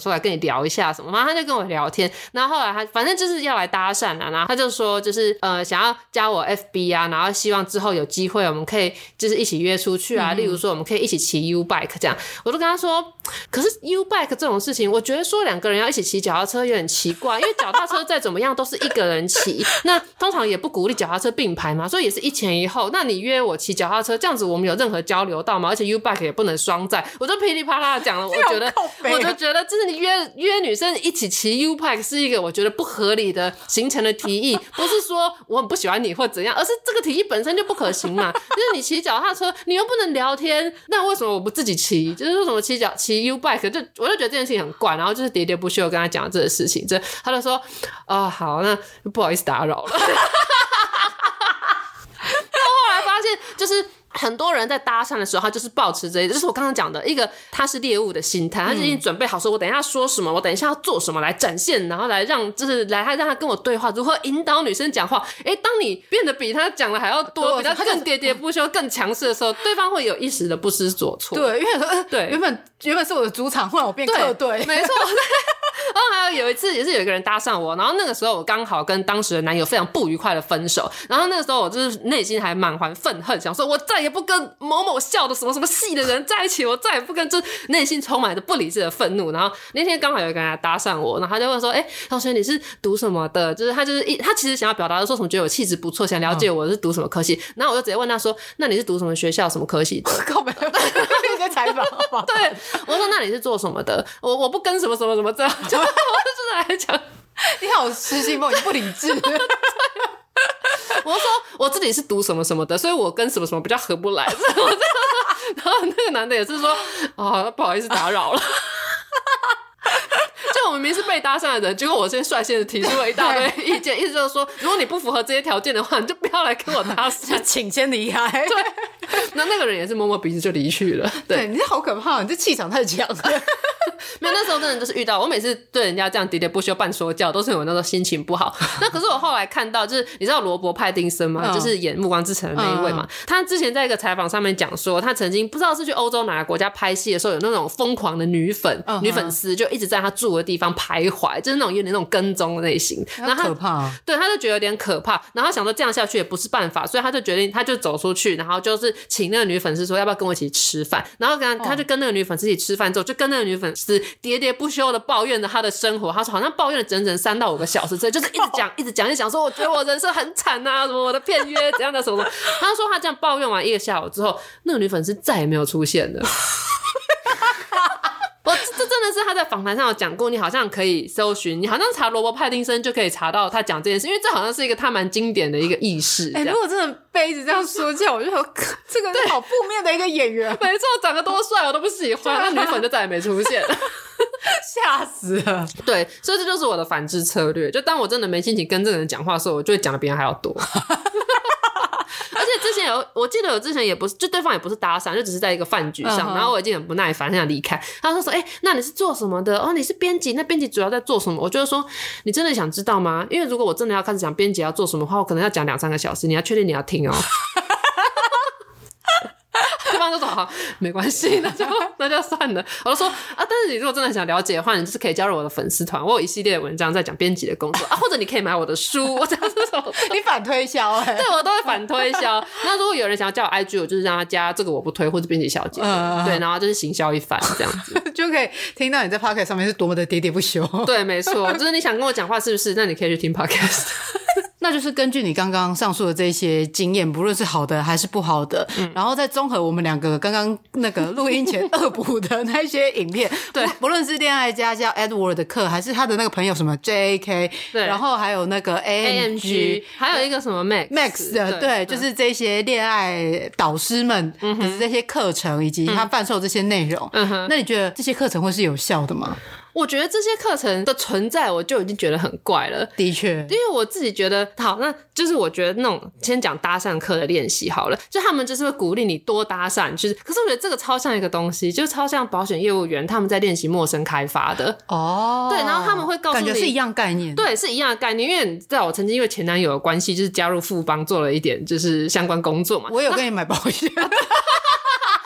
时候来跟你聊一下什么，然后他就跟我聊天，然后后来他反正就是要来搭讪啊，然后他就说就是呃想要加我 F B 啊，然后希望之后有机会我们可以就是一起约出去啊、嗯、例如说我们可以一起骑 U bike 这样。我就跟他说可是 U bike 这种事情我觉得说两个人要一起骑脚踏车有点奇怪，因为脚踏车再怎么样都是一个人骑那通常也不鼓励脚踏车并排嘛，所以也是一前一后，那你约我骑脚踏车这样子我们有任何交流到吗？而且 U bike 也不能双载，我就噼里啪啦讲了，我觉得我就觉得就是你约约女生一起骑 U bike 是一个我觉得不合理的行程的提议，不是说我很不喜欢你或怎样，而是这个提议本身就不可行嘛就是你骑脚踏车你又不能聊天，那为什么我不自己骑？就是为什么骑脚骑 U bike 就我就觉得这件事情很怪，然后就是喋喋不休跟他讲这个事情，这他就说哦好那不好意思打扰了然后后来发现就是很多人在搭讪的时候他就是抱持着就是我刚刚讲的一个他是猎物的心态，他就已经准备好说我等一下说什么我等一下要做什么来展现，然后来让就是来让他跟我对话，如何引导女生讲话。诶当你变得比他讲的还要多比他更喋喋不休更强势的时候，对方会有一时的不知所措。 对因为说、呃、对原本原本是我的主场，后来我变客队， 没错然后还有有一次也是有一个人搭上我，然后那个时候我刚好跟当时的男友非常不愉快的分手，然后那个时候我就是内心还满怀愤恨，想说我再也不跟某某笑的什么什么戏的人在一起，我再也不跟，就内心充满着不理智的愤怒。然后那天刚好有一个人搭上我，然后他就问说哎、欸，同学你是读什么的，就是他就是一他其实想要表达的说什么觉得我气质不错，想了解我是读什么科系、嗯、然后我就直接问他说那你是读什么学校什么科系的靠北你在采访对我说那你是做什么的，我我不跟什么什么什么这样就我就是来讲你好失心疯，你不理智我说我自己是读什么什么的，所以我跟什么什么比较合不来然后那个男的也是说哦不好意思打扰了就我明明是被搭讪的人，结果我先率先的提出了一大堆意见，意思就是说如果你不符合这些条件的话你就不要来跟我搭讪请先离开对那那个人也是摸摸鼻子就离去了。 对, 对你这好可怕，你这气场太强了没有那时候真的就是遇到我每次对人家这样喋喋不休半说教都是我那时候心情不好那可是我后来看到就是你知道罗伯派丁森吗、嗯、就是演暮光之城的那一位嘛、嗯、他之前在一个采访上面讲说他曾经不知道是去欧洲哪个国家拍戏的时候有那种疯狂的女粉、嗯、女粉丝就一直在他住的地方徘徊，就是那种有点那种跟踪的类型，然后他可怕、啊、 对他就觉得有点可怕，然后他想说这样下去也不是办法，所以他就决定他就走出去，然后就是请那个女粉丝说要不要跟我一起吃饭，然后跟他、哦、他就跟那个女粉丝一起吃饭之后就跟那个女粉丝喋喋不休的抱怨着他的生活，他说好像抱怨了整整三到五个小时，所以就是一直讲一直讲一直讲说我觉得我人生很惨啊，什么我的片约怎样的什么什么他说他这样抱怨完一个下午之后那个女粉丝再也没有出现了我这真的是他在访谈上有讲过，你好像可以搜寻，你好像查罗伯派丁森就可以查到他讲这件事，因为这好像是一个他蛮经典的一个轶事。 哎、欸，如果真的被一直这样说教，我就说这个是好负面的一个演员。 没错，长得多帅我都不喜欢，那女粉就再也没出现了。 吓死了。 对，所以这就是我的反制策略，就当我真的没心情跟这个人讲话的时候，我就会讲的比人还要多。而且之前有我记得有之前也不是就对方也不是搭讪，就只是在一个饭局上、uh-huh. 然后我已经很不耐烦很想离开，他说说哎、欸，那你是做什么的？哦，你是编辑，那编辑主要在做什么？我就说你真的想知道吗？因为如果我真的要开始讲编辑要做什么的话，我可能要讲两三个小时，你要确定你要听哦。对方就说好没关系，那就那就算了。我就说啊，但是你如果真的想了解的话，你就是可以加入我的粉丝团，我有一系列的文章在讲编辑的工作啊，或者你可以买我的书，我这样是什么？ 你反推销哎、欸？ 对，我都会反推销。那如果有人想要加我 I G， 我就是让他加这个我不推或者编辑小姐、呃，对，然后就是行销一番这样子， 就可以听到你在 Podcast 上面是多么的喋喋不休。 对，没错，就是你想跟我讲话是不是？那你可以去听 Podcast。 那就是根据你刚刚上述的这些经验，不论是好的还是不好的、嗯、然后再综合我们两个刚刚那个录音前恶补的那些影片对，不论是恋爱家教 Edward 的课还是他的那个朋友什么 J A K 对，然后还有那个 A M G 还有一个什么 Max Max 的 对, 对，就是这些恋爱导师们的、嗯、这些课程以及他贩售这些内容、嗯、那你觉得这些课程会是有效的吗？ 我觉得这些课程的存在我就已经觉得很怪了。 的确， 因为我自己觉得好，那就是我觉得那种先讲搭讪课的练习好了，就他们就是会鼓励你多搭讪，就是可是我觉得这个超像一个东西，就超像保险业务员他们在练习陌生开发的哦。对，然后他们会告诉你感觉是一样概念， 对，是一样的概念。因为在我曾经因为前男友的关系就是加入富邦做了一点就是相关工作嘛， 我有跟你买保险。 对，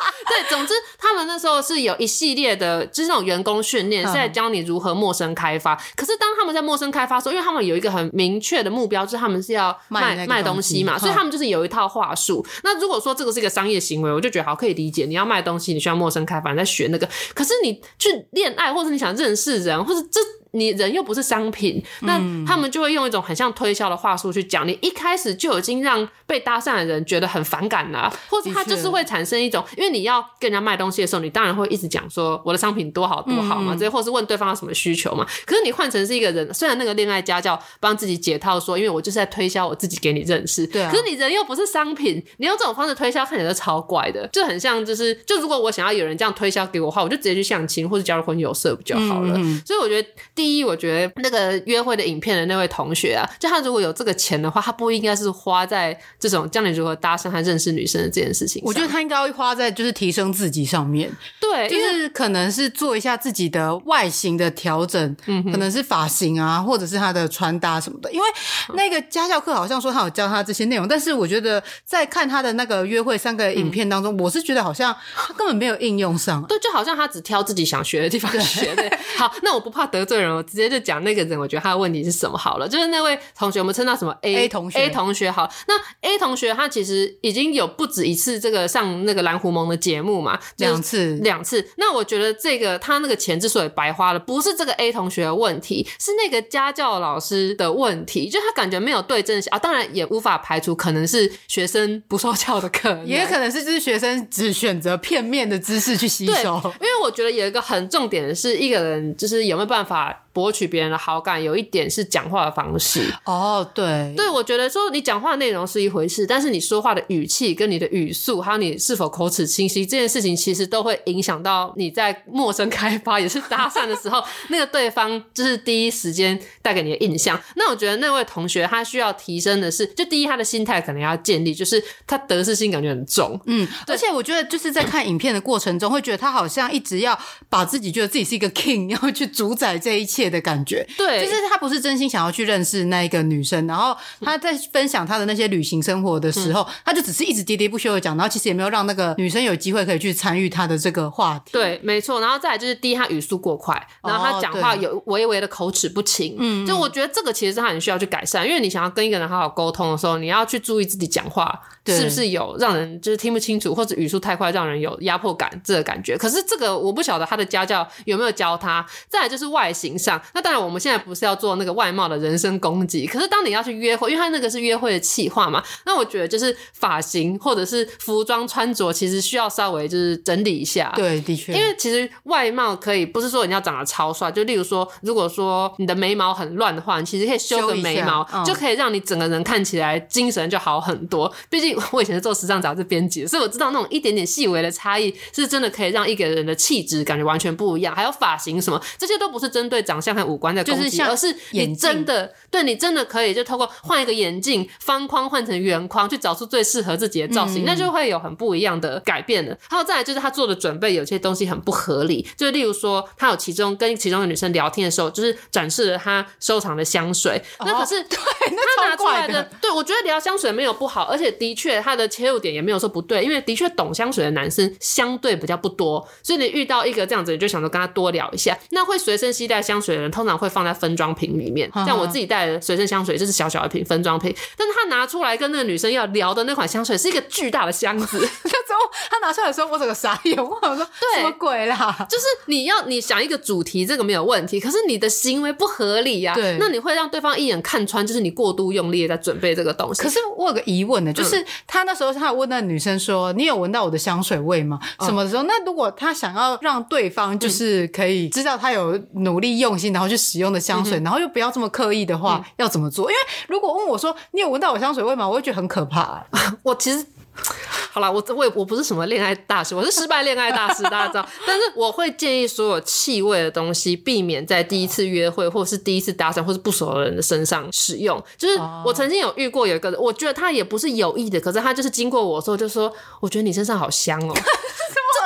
总之他们那时候是有一系列的就是那种员工训练，是在教你如何陌生开发。可是当他们在陌生开发的时候，因为他们有一个很明确的目标，就是他们是要卖卖, 卖东西嘛，所以他们就是有一套话术。那如果说这个是一个商业行为，我就觉得好可以理解，你要卖东西你需要陌生开发，你在学那个。可是你去恋爱或者你想认识人，或者这你人又不是商品，那他们就会用一种很像推销的话术去讲，你一开始就已经让被搭讪的人觉得很反感啦、啊，或者他就是会产生一种，因为你要跟人家卖东西的时候，你当然会一直讲说我的商品多好多好嘛，这、嗯、或是问对方有什么需求嘛。可是你换成是一个人，虽然那个恋爱家教帮自己解套说，因为我就是在推销我自己给你认识，对、啊，可是你人又不是商品，你用这种方式推销看起来就超怪的，就很像就是就如果我想要有人这样推销给我的话，我就直接去相亲或者加入婚友社比较好了。嗯、所以我觉得第一，我觉得那个约会的影片的那位同学啊，就他如果有这个钱的话，他不应该是花在这种教你如何搭讪和认识女生的这件事情上。 我觉得他应该会花在就是提升自己上面， 对， 就是可能是做一下自己的外形的调整，嗯，可能是发型啊，或者是他的穿搭什么的。因为那个家教课好像说他有教他这些内容，但是我觉得在看他的那个约会三个影片当中，嗯、我是觉得好像他根本没有应用上， 对，就好像他只挑自己想学的地方学。对，好，那我不怕得罪人，我直接就讲那个人，我觉得他的问题是什么好了。就是那位同学，我们称他什么 A, A 同学 A 同学好。那 A 同学他其实已经有不止一次这个上那个蓝狐盟的节目嘛， 两次两次。那我觉得这个他那个钱之所以白花了，不是这个 A 同学的问题，是那个家教老师的问题，就他感觉没有对症下啊。当然也无法排除可能是学生不受教的可能， 也可能是就是学生只选择片面的知识去吸收。 对，因为我觉得有一个很重点的是，一个人就是有没有办法博取别人的好感，有一点是讲话的方式。 哦，对， 对，我觉得说你讲话的内容是一回事，但是你说话的语气跟你的语速，还有你是否口齿清晰，这件事情其实都会影响到你在陌生开发也是搭讪的时候，那个对方就是第一时间带给你的印象。那我觉得那位同学他需要提升的是，就第一他的心态可能要建立，就是他得失心感觉很重。 嗯，而且我觉得就是在看影片的过程中，会觉得他好像一直要把自己觉得自己是一个 king， 要去主宰这一切的感觉。 对， 就是他不是真心想要去认识那一个女生，然后他在分享他的那些旅行生活的时候、嗯、他就只是一直喋喋不休的讲，然后其实也没有让那个女生有机会可以去参与他的这个话题。 对，没错。然后再来就是第一，他语速过快，然后他讲话有微微的口齿不清。嗯，就我觉得这个其实是他很需要去改善，因为你想要跟一个人好好沟通的时候，你要去注意自己讲话是不是有让人就是听不清楚，或者语速太快让人有压迫感这个感觉。可是这个我不晓得他的家教有没有教他。再来就是外形上，那当然我们现在不是要做那个外貌的人身攻击，可是当你要去约会，因为他那个是约会的企划嘛，那我觉得就是发型或者是服装穿着其实需要稍微就是整理一下。 对，的确， 因为其实外貌可以不是说你要长得超帅，就例如说如果说你的眉毛很乱的话，你其实可以修个眉毛、嗯、就可以让你整个人看起来精神就好很多。毕竟我以前是做时尚杂志编辑，所以我知道那种一点点细微的差异是真的可以让一个人的气质感觉完全不一样。还有发型什么，这些都不是针对长相和五官的攻击、就是、而是你真的对你真的可以就透过换一个眼镜，方框换成圆框，去找出最适合自己的造型、嗯、那就会有很不一样的改变了。还有再来就是他做的准备有些东西很不合理，就例如说他有其中跟其中的女生聊天的时候，就是展示了他收藏的香水、哦、那可是对那他拿出来的，对，我觉得聊香水没有不好，而且的确他的切入点也没有说不对，因为的确懂香水的男生相对比较不多，所以你遇到一个这样子你就想说跟他多聊一下。那会随身携带香水的人通常会放在分装瓶里面，像我自己带的随身香水就是小小的瓶分装瓶，但是他拿出来跟那个女生要聊的那款香水是一个巨大的箱子那时候他拿出来的时候我整个傻眼，我想说什么鬼啦， 就是你要你想一个主题这个没有问题，可是你的行为不合理啊，对，那你会让对方一眼看穿，就是你过度用力在准备这个东西。 可是我有个疑问呢，就是他那时候他有问那个女生说你有闻到我的香水味吗、哦、什么时候，那如果他想要让对方就是可以知道他有努力用心然后去使用的香水、嗯、然后又不要这么刻意的话、嗯、要怎么做？因为如果问我说你有闻到我香水味吗，我会觉得很可怕、欸、 我其实好啦，我我也我不是什么恋爱大师，我是失败恋爱大师大家知道，但是我会建议所有气味的东西避免在第一次约会或是第一次搭讪或是不熟的人的身上使用。就是我曾经有遇过有一个人，我觉得他也不是有意的，可是他就是经过我的时候就说我觉得你身上好香哦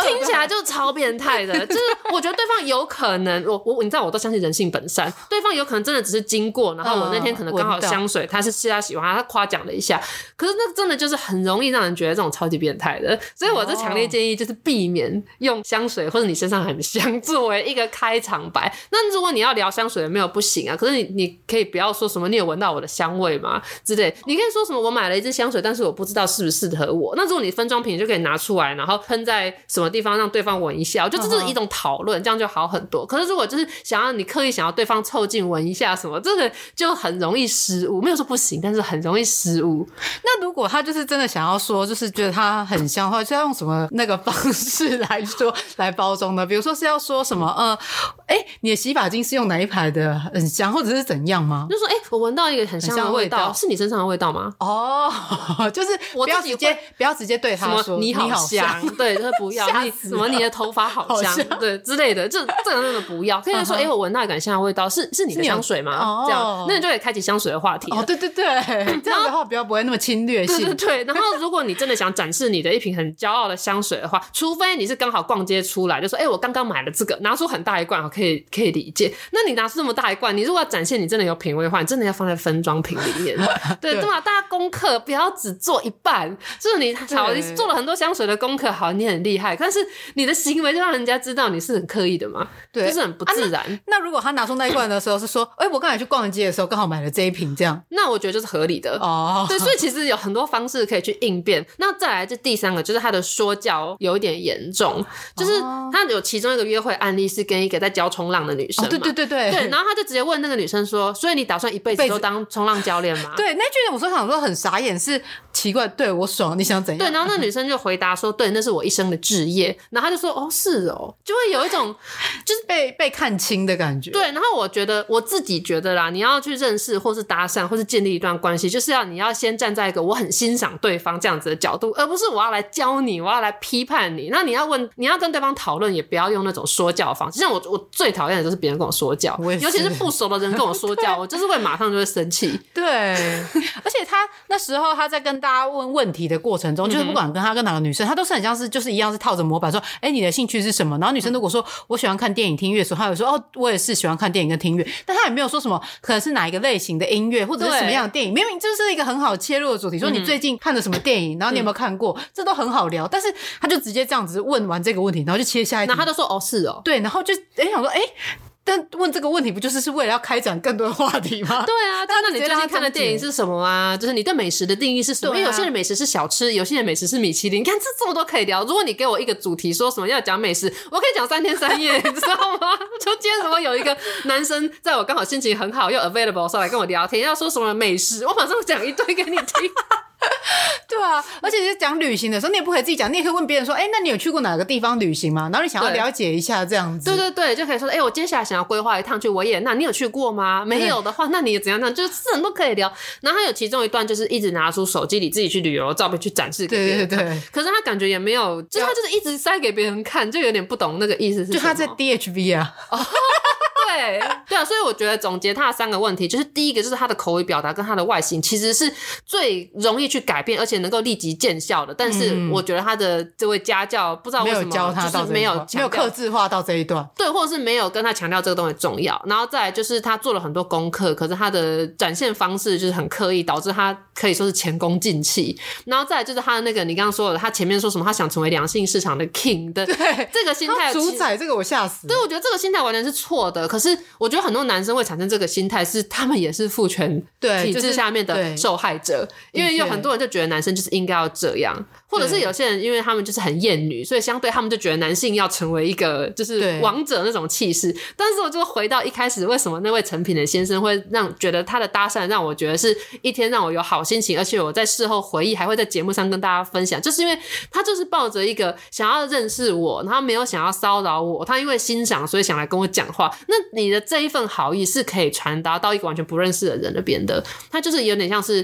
听起来就超变态的。就是我觉得对方有可能，我我你知道我都相信人性本善，对方有可能真的只是经过，然后我那天可能刚好香水，他是他喜欢，他夸奖了一下，可是那真的就是很容易让人觉得这种超级变态的。所以我这强烈建议就是避免用香水或者你身上很香作为一个开场白。那如果你要聊香水也没有不行啊，可是你你可以不要说什么你有闻到我的香味吗之类，你可以说什么我买了一支香水但是我不知道是不是适合我。那如果你分装瓶就可以拿出来，然后喷在什么地方让对方闻一下，我觉得这是一种讨论，这样就好很多。可是如果就是想要你刻意想要对方凑近闻一下什么，这个就很容易失误。没有说不行，但是很容易失误。 那如果他就是真的想要说就是觉得他很香的话，就要用什么那个方式来说来包装呢？比如说是要说什么呃哎、欸，你的洗发精是用哪一排的很香，或者是怎样吗？ 就说哎、欸，我闻到一个很香的味道，味道是你身上的味道吗？ 哦，就是不要直接不要直接对他说你好香，对，就是不要你什么你的头发好香，好对之类的，这这个真的不要。可以说哎、欸，我闻到一个很香的味道，是是你的香水吗？哦、这样，那你就可以开启香水的话题了。 哦，对对对，这样的话比较不会那么侵略性。 对对对，然后如果你真的想展示你的一瓶很骄傲的香水的话，除非你是刚好逛街出来，就说哎、欸，我刚刚买了这个，拿出很大一罐，可以可以理解。那你拿出这么大一罐，你如果要展现你真的有品味的话，你真的要放在分装瓶里面。对对嘛，大家功课不要只做一半，就是你好，你做了很多香水的功课，好，你很厉害，但是你的行为就让人家知道你是很刻意的嘛，对，就是很不自然。啊、 那, 那如果他拿出那一罐的时候是说，哎、欸，我刚才去逛街的时候刚好买了这一瓶，这样， 那我觉得就是合理的哦。对，所以其实有很多方式可以去应变。那再来，这第三个就是他的说教有一点严重，就是他有其中一个约会案例是跟一个在教冲浪的女生嘛， 哦、对对对对对，然后他就直接问那个女生说，所以你打算一辈子都当冲浪教练吗？ 对，那句我说想说很傻眼，是奇怪，对我爽，你想怎样？ 对，然后那女生就回答说，对，那是我一生的志业。然后他就说，哦，是哦，就会有一种就是被被看清的感觉。 对，然后我觉得我自己觉得啦，你要去认识或是搭讪或是建立一段关系，就是要你要先站在一个我很欣赏对方这样子的角度，而不是我要来教你，我要来批判你。那你要问，你要跟对方讨论，也不要用那种说教方式。像我，我最讨厌的就是别人跟我说教，尤其是不熟的人跟我说教，我就是会马上就会生气。 对，而且他那时候他在跟大家问问题的过程中，嗯、就是不管跟他跟哪个女生，他都是很像是就是一样是套着模板说，哎、欸，你的兴趣是什么？然后女生如果说我喜欢看电影听乐的时候，他有说哦，我也是喜欢看电影跟听乐，但他也没有说什么可能是哪一个类型的音乐或者是什么样的电影，明明就是一个很好切入的主题，说你最近看了什么电影，然后你有没有看过，嗯、这都很好聊。但是他就直接这样子问完这个问题，然后就切下一题， 然后他就说哦是哦， 对，然后就哎、欸、想说哎。欸但问这个问题不就是是为了要开展更多的话题吗？ 对啊，那你最近看的电影是什么啊？就是你对美食的定义是什么？啊、因为有些人美食是小吃，有些人美食是米其林。你看这这么多可以聊。如果你给我一个主题，说什么要讲美食，我可以讲三天三夜，你知道吗？就今天什么有一个男生在我刚好心情很好又 available 的时候来跟我聊天，要说什么美食，我马上讲一堆给你听。 对啊，而且是讲旅行的时候，你也不可以自己讲，你也可以问别人说，哎、欸，那你有去过哪个地方旅行吗？然后你想要了解一下这样子。 对对对，就可以说，哎、欸，我接下来想要规划一趟去维也纳，你有去过吗？没有的话，那你怎样呢？就是很多可以聊。然后他有其中一段就是一直拿出手机里自己去旅游的照片去展示给别人看，对对对。可是他感觉也没有，就是他就是一直塞给别人看，就有点不懂那个意思是什么。 就他在 D H V 啊。 对对啊，所以我觉得总结他的三个问题，就是第一个就是他的口语表达跟他的外形其实是最容易去改变，而且能够立即见效的。但是我觉得他的这位家教不知道为什么没有教他到这一段， 没有没有客制化到这一段， 对，或者是没有跟他强调这个东西重要。然后再来就是他做了很多功课，可是他的展现方式就是很刻意，导致他可以说是前功尽弃。然后再来就是他的那个你刚刚说的，他前面说什么他想成为两性市场的 king 的这个心态， 主宰这个我吓死了。 对，我觉得这个心态完全是错的。可是我觉得很多男生会产生这个心态，是他们也是父权体制下面的受害者，因为有很多人就觉得男生就是应该要这样，或者是有些人因为他们就是很厌女，所以相对他们就觉得男性要成为一个就是王者那种气势。但是我就回到一开始，为什么那位陈品的先生会让觉得他的搭讪让我觉得是一天让我有好心情，而且我在事后回忆还会在节目上跟大家分享，就是因为他就是抱着一个想要认识我，然后没有想要骚扰我，他因为欣赏所以想来跟我讲话。那你的这一份好意是可以传达到一个完全不认识的人那边的，他就是有点像是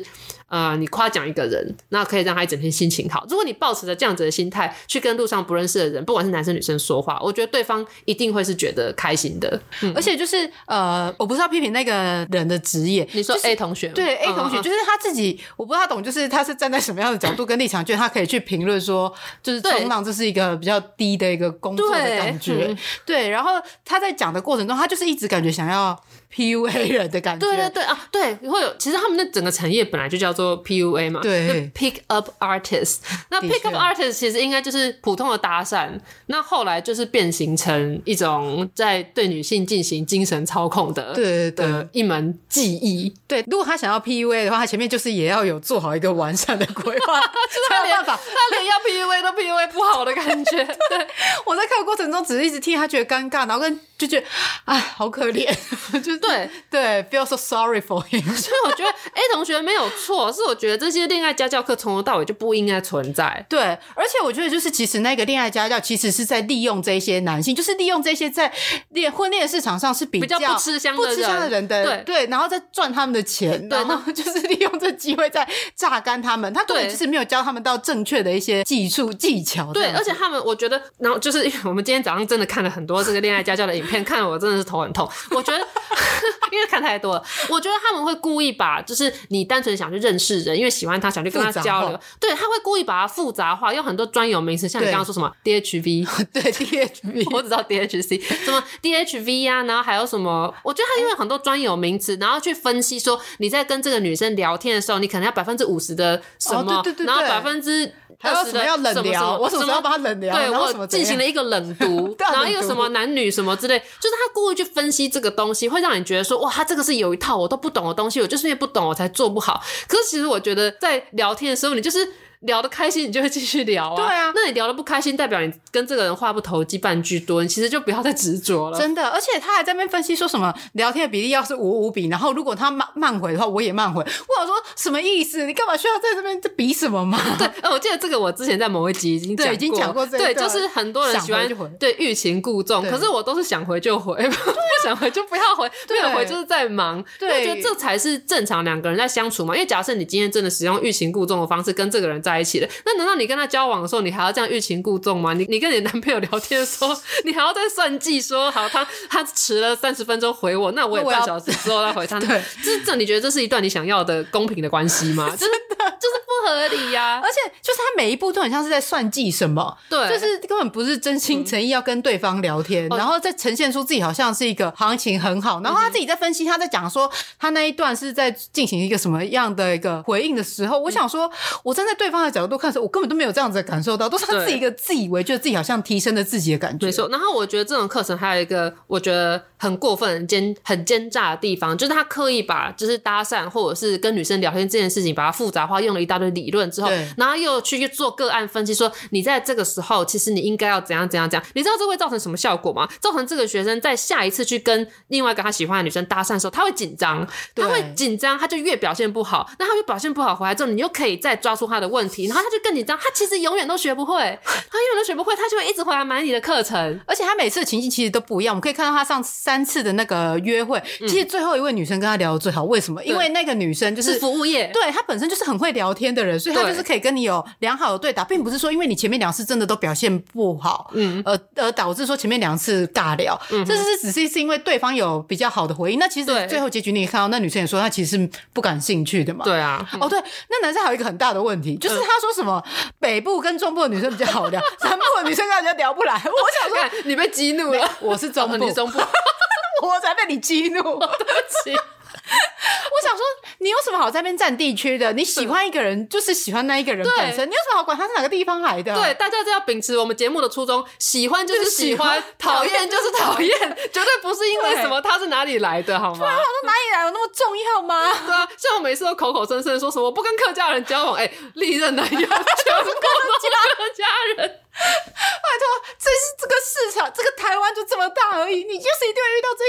呃，你夸奖一个人，那可以让他一整天心情好。如果你抱持着这样子的心态去跟路上不认识的人，不管是男生女生说话，我觉得对方一定会是觉得开心的。嗯、 而且就是呃，我不是要批评那个人的职业， 你说 A 同学、 就是、对 A 同学、嗯，就是他自己，我不知道他懂，就是他是站在什么样的角度跟立场，觉得他可以去评论说，就是冲浪这是一个比较低的一个工作的感觉。对，嗯、对，然后他在讲的过程中，他就是一直感觉想要 P U A 人的感觉。 对对对啊，对，会有。其实他们的整个产业本来就叫做 P U A 嘛， 对 ，Pick up artist。那 Pick up artist 其实应该就是普通的搭讪，那后来就是变形成一种在对女性进行精神操控的， 对对的一门技艺。 对，如果他想要 P U A 的话，他前面就是也要有做好一个完善的规划， 才有办法。他连要 P U A 都 P U A 不好的感觉。对， 我在看的过程中只是一直替他觉得尴尬，然后跟就觉得哎，好可怜，就是对对 ，feel so sorry for him。 所以我觉得 A 同学没有错，是我觉得这些恋爱家教课从头到尾就不应该存在。 对，而且我觉得就是其实那个恋爱家教其实是在利用这些男性，就是利用这些在恋婚恋市场上是比较比较不吃香的人， 不吃香的人的， 对对，然后再赚他们的钱，然后就是利用这机会再榨干他们。他根本就是没有教他们到正确的一些技术技巧。 对，而且他们我觉得，然后就是我们今天早上真的看了很多这个恋爱家教的影片，看了我真的是头很痛。我觉得因为看太多了，我觉得他们会故意把就是你单纯想去认识人，因为喜欢他想去跟他交流，对，他会故意把它复杂化，用很多专有名词，像你刚刚说什么 D H V， 对 D H V， 我只知道 D H C， 什么 D H V 啊，然后还有什么，我觉得他用很多专有名词，然后去分析说你在跟这个女生聊天的时候，你可能要百分之五十的什么， 哦、对对对对， 然后百分之还有什么要冷聊，我什么时候帮他冷聊？ 对，我进行了一个冷读，然后又什么男女什么之类，就是他故意去分析这个东西，会让你觉得说哇，他这个是有一套我都不懂的东西，我就是因为不懂我才做不好。可是其实我觉得在聊天的时候，你就是聊得开心，你就会继续聊啊。 对啊， 那你聊得不开心，代表你跟这个人话不投机半句多，你其实就不要再执着了。 真的，而且他还在那边分析说什么聊天的比例要是五五比，然后如果他慢慢回的话，我也慢回。我想说什么意思？你干嘛需要在这边比什么嘛？ 对，呃，我记得这个我之前在某一集已经讲过， 对，已经讲过这个。 对，就是很多人喜欢对欲擒故纵，可是我都是想回就回，不想回就不要回，没有回就是在忙。对，我觉得这才是正常两个人在相处嘛。因为假设你今天真的使用欲擒故纵的方式跟这个人在一起了，那难道你跟他交往的时候，你还要这样欲擒故纵吗？你你跟你的男朋友聊天的时候，你还要再算计说，好，他他迟了三十分钟回我，那我也半小时之后再回他。 对， 这这你觉得这是一段你想要的公平的关系吗？真的就是不合理呀、啊！ 而且就是他每一步都很像是在算计什么， 对， 就是根本不是真心诚意要跟对方聊天，嗯、然后再呈现出自己好像是一个行情很好，然后他自己在分析，他在讲说他那一段是在进行一个什么样的一个回应的时候，我想说，我站在对方的角度看的时候，我根本都没有这样子的感受到，都是他自己一个自以为觉得自己好像提升了自己的感觉。 没错，然后我觉得这种课程还有一个我觉得很过分、很奸、很奸诈的地方，就是他刻意把就是搭讪或者是跟女生聊天这件事情把它复杂化，用了一大堆理论之后，然后又去做个案分析，说你在这个时候其实你应该要怎样怎样怎样。你知道这会造成什么效果吗？造成这个学生在下一次去跟另外一个他喜欢的女生搭讪的时候，他会紧张，他会紧张，他就越表现不好。那他越表现不好回来之后，你又可以再抓住他的问题，然后他就更紧张。他其实永远都学不会，他永远都学不会，他就会一直回来买你的课程。 而且他每次的情境其实都不一样，我们可以看到他上三次的那个约会， 嗯、 其实最后一位女生跟他聊得最好。为什么？因为那个女生就是是服务业， 对，她本身就是很会聊天的人，所以她就是可以跟你有良好的对答，并不是说因为你前面两次真的都表现不好，嗯，而而导致说前面两次尬聊，嗯，这是只是是因为对方有比较好的回应。那其实最后结局你也看到，那女生也说她其实是不感兴趣的嘛。 对啊， 嗯、哦对，那男生还有一个很大的问题，就是他说什么、嗯、北部跟中部的女生比较好聊，南部的女生跟人家聊不来。我想说你被激怒了， 我是中部， 你中部， 我才被你激怒， 对不起。 我想说，你有什么好在那边占地区的？你喜欢一个人，就是喜欢那一个人本身，你有什么好管他是哪个地方来的？ 对，大家就要秉持我们节目的初衷，喜欢就是喜欢，讨厌就是讨厌，绝对不是因为什么他是哪里来的，好吗？ 对啊，我说哪里来有那么重要吗？ 对啊，像我每次都口口声声说什么我不跟客家人交往，哎、欸，历任男友全部都是客家人。 拜托，这是这个市场，这个台湾就这么大而已，你就是一定会遇到这一些人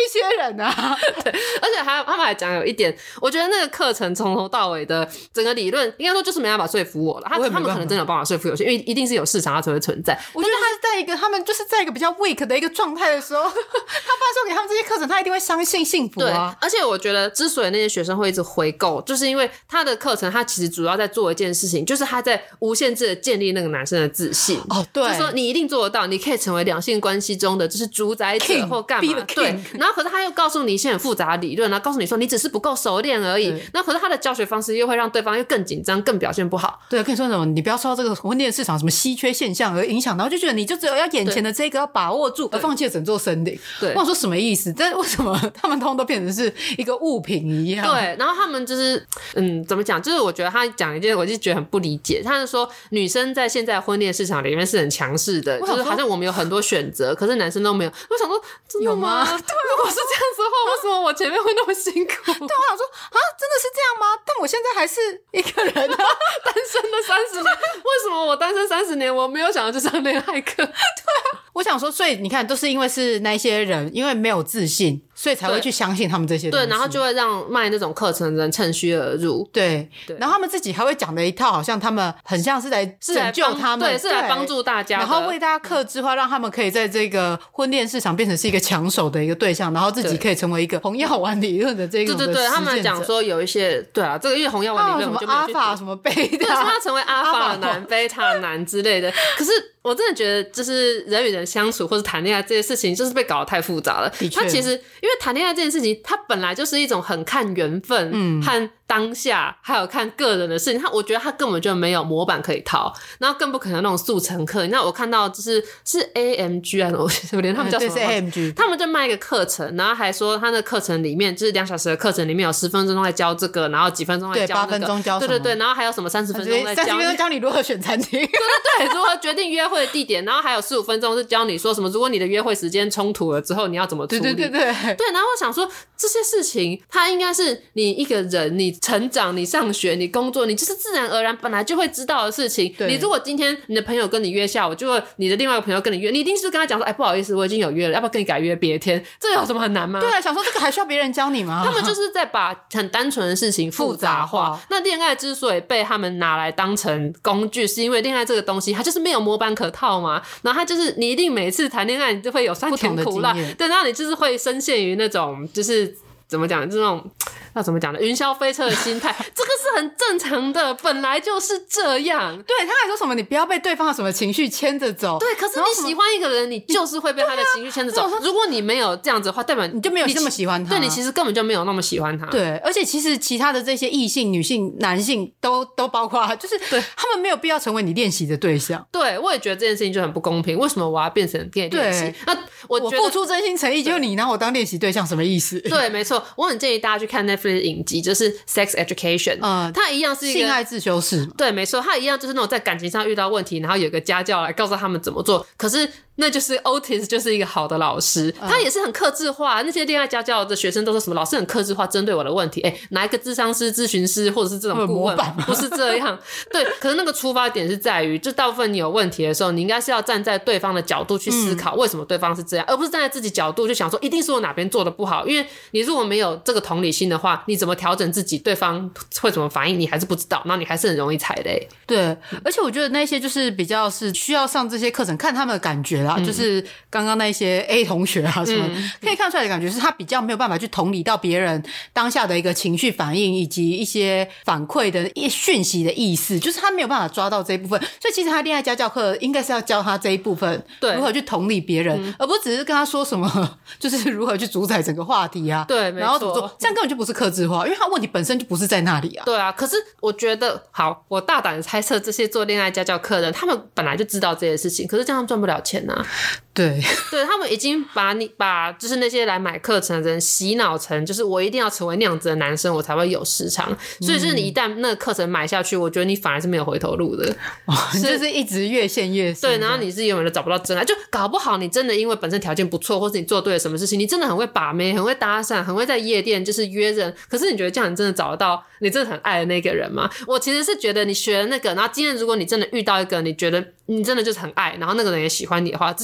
人啊。 对，而且还有他们还讲有一点，我觉得那个课程从头到尾的整个理论，应该说就是没办法说服我了。他他们可能真的有办法说服有些，因为一定是有市场它才会存在。 我觉得他在一个他们就是在一个比较 weak 的一个状态的时候，他发售给他们这些课程，他一定会相信幸福啊。 对，而且我觉得之所以那些学生会一直回购，就是因为他的课程他其实主要在做一件事情，就是他在无限制的建立那个男生的自信。 哦，对， 就是说你一定做得到，你可以成为两性关系中的就是主宰者 King, 或干嘛。对，然后可是他又告诉你一些很复杂的理论，然后告诉你说你只是不够熟练而已。那可是他的教学方式又会让对方又更紧张，更表现不好。 对，跟你说什么，你不要受到这个婚恋市场什么稀缺现象而影响，然后就觉得你就只有要眼前的这个要把握住，而放弃了整座森林。 对， 我想说什么意思？但为什么他们通通都变成是一个物品一样？ 对，然后他们就是嗯，怎么讲？就是我觉得他讲一件，我就觉得很不理解。他是说女生在现在婚恋市场里面是很强势的，就是好像我们有很多选择，可是男生都没有。我想说，真的吗？对，如果是这样子的话，为什么我前面会那么辛苦？对， 我想说啊，真的是这样吗？但我现在还是一个人啊， 单身了三十年，为什么我单身三十年我没有想要去上恋爱课？对啊，我想说，所以你看，都是因为是那些人，因为没有自信，所以才会去相信他们这些东西。 对，然后就会让卖那种课程的人趁虚而入。 对，对，然后他们自己还会讲的一套，好像他们很像是来拯救他们， 对，是来帮助大家的， 然后为大家客制化，让他们可以在这个婚恋市场变成是一个抢手的一个对象，然后自己可以成为一个红药丸理论的这种的。 对对对，他们讲说有一些，对啊，这个因为红药丸理论我就没有去什么阿法什么贝塔， 对，他成为阿法男、贝塔男之类的。可是我真的觉得，就是人与人相处或者谈恋爱这些事情，就是被搞得太复杂了。他其实因为谈恋爱这件事情，它本来就是一种很看缘分，嗯，和当下还有看个人的事情。他我觉得他根本就没有模板可以套，然后更不可能那种速成课。你知道我看到就是是 A M G 啊，我连他们叫什么？ 对，是 A M G， 他们就卖一个课程，然后还说他的课程里面就是两小时的课程里面有十分钟在教这个，然后几分钟在教那个， 对，八分钟教什么？ 对对对，然后还有什么三十分钟在教， 三十分钟教你如何选餐厅，对对对，如何决定约会的地点，然后还有十五分钟是教你说什么，如果你的约会时间冲突了之后你要怎么处理。 对对对对对，然后我想说这些事情，它应该是你一个人，你成长，你上学，你工作，你就是自然而然本来就会知道的事情。你如果今天你的朋友跟你约下午，就会你的另外一个朋友跟你约，你一定是跟他讲说，哎，不好意思，我已经有约了，要不要跟你改约别天？这有什么很难吗？ 对啊，想说这个还需要别人教你吗？ 他们就是在把很单纯的事情复杂化。化那恋爱之所以被他们拿来当成工具，是因为恋爱这个东西它就是没有模板可套嘛，然后它就是你一定每次谈恋爱你就会有酸甜苦辣，对，然后你就是会深陷于那种就是怎么讲这种要怎么讲呢？云霄飞车的心态，这个是很正常的，本来就是这样。 对，他还说什么你不要被对方的什么情绪牵着走。 对，可是你喜欢一个人，你就是会被他的情绪牵着走。啊、如果你没有这样子的话，代表你就没有那么喜欢他。 对，你其实根本就没有那么喜欢他。 对，而且其实其他的这些异性、女性、男性都都包括，就是对他们没有必要成为你练习的对象。 对，我也觉得这件事情就很不公平。为什么我要变成练练习？那我觉得我付出真心诚意，结果你拿我当练习对象，什么意思？ 对，没错，我很建议大家去看 Netflix 的影集，就是Sex Education，嗯，它一样是一个性爱自修室， 对，没错，它一样就是那种在感情上遇到问题，然后有个家教来告诉他们怎么做。可是那就是 Otis 就是一个好的老师，嗯、他也是很客制化。那些恋爱家教的学生都说什么老师很客制化，针对我的问题，哎，哪一个諮商师、咨询师或者是这种顾问，不是这样。对，可是那个出发点是在于，就大部分你有问题的时候，你应该是要站在对方的角度去思考为什么对方是这样，嗯、而不是站在自己角度就想说一定是我哪边做的不好。因为你如果没有这个同理心的话，你怎么调整自己，对方会怎么反应，你还是不知道，然后你还是很容易踩雷。 对，而且我觉得那些就是比较是需要上这些课程，看他们的感觉啦，嗯、就是刚刚那些 A 同学啊什么，嗯、可以看出来的感觉是他比较没有办法去同理到别人当下的一个情绪反应以及一些反馈的一讯息的意思，就是他没有办法抓到这一部分。所以其实他恋爱家教课应该是要教他这一部分，对，如何去同理别人，嗯、而不是只是跟他说什么，就是如何去主宰整个话题啊， 对，没错， 然后怎么做，这样根本就不是客制化，因为他问题本身就不是在那里啊。 对啊，可是我觉得，好，我大胆的猜测，这些做恋爱家教课的人，他们本来就知道这些事情，可是这样赚不了钱啊。 对， 对，他们已经把你把就是那些来买课程的人洗脑成，就是我一定要成为那样子的男生，我才会有市场。所以就是你一旦那个课程买下去，我觉得你反而是没有回头路的， 哦、就是一直越陷越深。 对，然后你是永远都找不到真爱，就搞不好你真的因为本身条件不错，或是你做对了什么事情，你真的很会把妹，很会搭讪，很会在夜店就是约人。可是你觉得这样你真的找得到你真的很爱的那个人吗？我其实是觉得你学了那个，然后今天如果你真的遇到一个你觉得你真的就是很爱，然后那个人也喜欢你的话，这些东西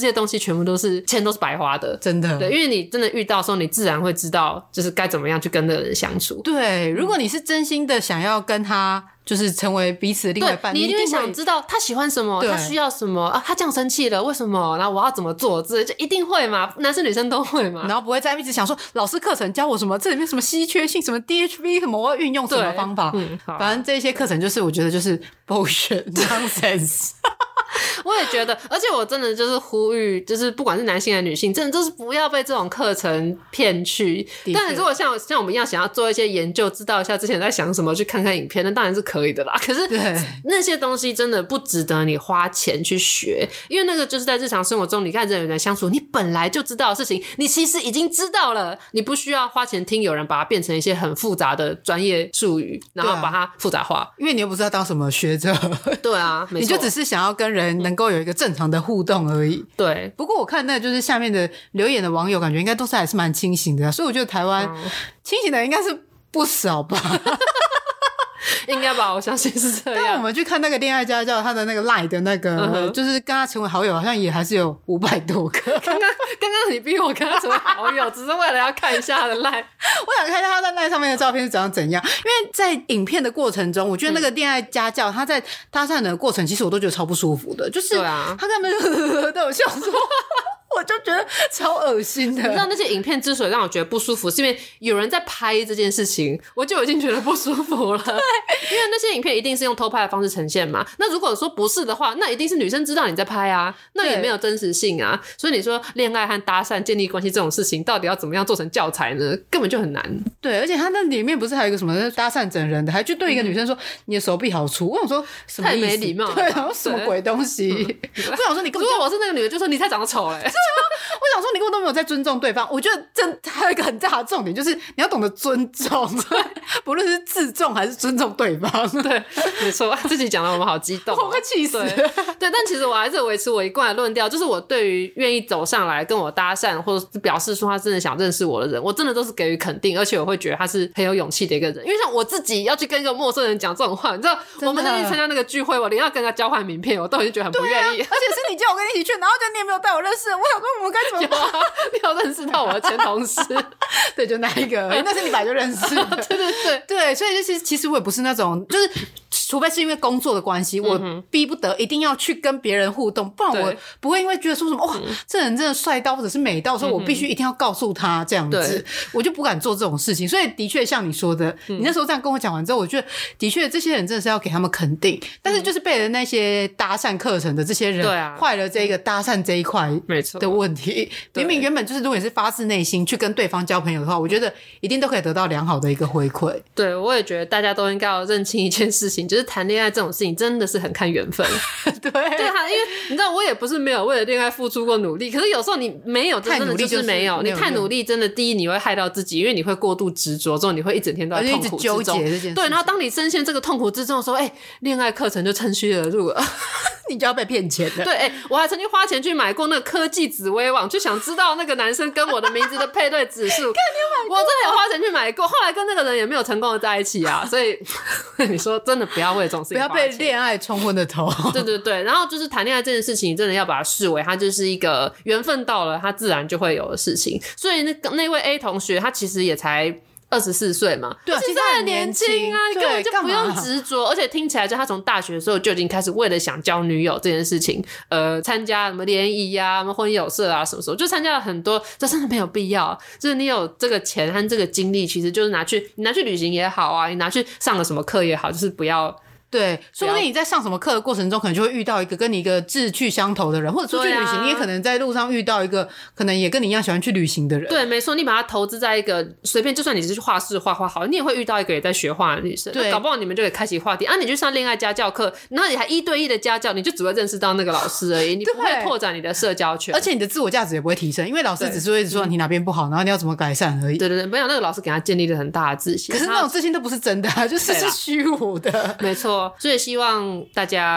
全部都是钱都是白花的， 真的。 对，因为你真的遇到的时候，你自然会知道就是该怎么样去跟那个人相处。 对，如果你是真心的想要跟他就是成为彼此的另外一半， 你一定会会想知道他喜欢什么，他需要什么啊，他这样生气了为什么，然后我要怎么做之类，就一定会嘛，男生女生都会嘛， 然后不会再一直想说老师课程教我什么，这里面什么稀缺性，什么 D H V 什么，我要运用什么方法。 嗯，好， 反正这些课程就是我觉得就是 bullshit nonsense。 我也觉得，而且我真的就是呼吁，就是不管是男性还是女性，真的就是不要被这种课程骗去。但是如果像像我们一样想要做一些研究，知道一下之前在想什么，去看看影片，那当然是可以的啦。可是那些东西真的不值得你花钱去学，因为那个就是在日常生活中，你看人与人相处，你本来就知道的事情，你其实已经知道了，你不需要花钱听有人把它变成一些很复杂的专业术语，然后把它复杂化。 因为你又不知道当什么学者。 对啊，没错， 你就只是想要跟人能够有一个正常的互动而已。 对， 不过我看那就是下面的留言的网友，感觉应该都是还是蛮清醒的，所以我觉得台湾清醒的人应该是不少吧。 应该吧，我相信是这样。 但我们去看那个恋爱家教，他的那个 line 的那个、嗯、就是跟他成为好友，好像也还是有五百多个。 刚刚刚刚你逼我跟他成为好友，只是为了要看一下他的 line。 我想看一下他在 line 上面的照片是长怎样，因为在影片的过程中，我觉得那个恋爱家教、嗯、他在搭讪的过程，其实我都觉得超不舒服的，就是他根本就呵呵呵都有笑说。我就觉得超恶心的。 你知道那些影片之所以让我觉得不舒服，是因为有人在拍这件事情，我就已经觉得不舒服了。对，因为那些影片一定是用偷拍的方式呈现嘛。那如果说不是的话，那一定是女生知道你在拍啊，那也没有真实性啊。所以你说恋爱和搭讪、建立关系这种事情，到底要怎么样做成教材呢？根本就很难。对， 而且他那里面不是还有一个什么搭讪整人的，还去对一个女生说、嗯、你的手臂好粗。我想说什么意思？ 太没礼貌了。 对，然后什么鬼东西？我想说你根本就， 如果我是那个女的，就说你才长得丑嘞。 我想说你根本都没有在尊重对方。我觉得这还有一个很大的重点，就是你要懂得尊重，不论是自重还是尊重对方。 对，没错，自己讲的我们好激动、喔， 我快气死了。 对，对，但其实我还是维持我一贯的论调，就是我对于愿意走上来跟我搭讪，或者是表示说他真的想认识我的人，我真的都是给予肯定，而且我会觉得他是很有勇气的一个人。因为像我自己要去跟一个陌生人讲这种话，你知道，我们那天参加那个聚会，我连要跟他交换名片，我都已经觉得很不愿意、啊。而且是你叫我跟你一起去，然后就你也没有带我认识，我想说我们该怎么办？ 你有认识到我的前同事。 对，就那一个，那是你本来就认识的。 对对对对，所以就是其实我也不是那种，就是除非是因为工作的关系、嗯、我逼不得一定要去跟别人互动，不然我不会因为觉得说什么哇、嗯、这人真的帅到或者是美到说我必须一定要告诉他这样子、嗯、我就不敢做这种事情。所以的确像你说的、嗯、你那时候这样跟我讲完之后，我觉得的确这些人真的是要给他们肯定，但是就是被了那些搭讪课程的这些人坏了这个搭讪这一块的问题。明明原本就是如果你是发自内心去跟对方交朋友的话，我觉得一定都可以得到良好的一个回馈。 对，我也觉得大家都应该要认清一件事情，就是谈恋爱这种事情真的是很看缘分。 对， 对啊，因为你知道我也不是没有为了恋爱付出过努力，可是有时候你没有真的就是没有，你太努力真的第一你会害到自己，因为你会过度执着之后你会一整天都在痛苦之中， 纠结这件事。 对，然后当你深陷这个痛苦之中的时候，哎，恋爱课程就趁虚而入了。 你就要被骗钱了。 对，哎、欸，我还曾经花钱去买过那个科技紫微网，就想知道那个男生跟我的名字的配对指数。看你有买过？我真的有花钱去买过，后来跟那个人也没有成功的在一起啊。所以你说真的不要为这种事情花钱， 不要被恋爱冲昏的头。 对对对，然后就是谈恋爱这件事情，真的要把它视为它就是一个缘分到了，它自然就会有的事情。所以那那位 A 同学，他其实也才二十四岁嘛， 对， 其实很年轻啊，你根本就不用执着。而且听起来，就他从大学的时候就已经开始为了想交女友这件事情，呃，参加什么联谊啊、什么婚友社啊，什么什么，就参加了很多。这真的没有必要，就是你有这个钱和这个精力，其实就是拿去你拿去旅行也好啊，你拿去上了什么课也好，就是不要。 对，说不定你在上什么课的过程中，可能就会遇到一个跟你一个志趣相投的人，或者出去旅行、啊、你也可能在路上遇到一个可能也跟你一样喜欢去旅行的人。 对，没错，你把它投资在一个随便，就算你是去画室画画好，你也会遇到一个也在学画的女生，对，搞不好你们就可以开启话题啊。你去上恋爱家教课，然后你还一对一的家教，你就只会认识到那个老师而已，你不会拓展你的社交圈， 而且你的自我价值也不会提升，因为老师只是会一直说你哪边不好，然后你要怎么改善而已。 对对对，没有那个老师给他建立了很大的自信， 可是那种自信都不是真的、啊，就是是虚无的。 没错，所以希望大家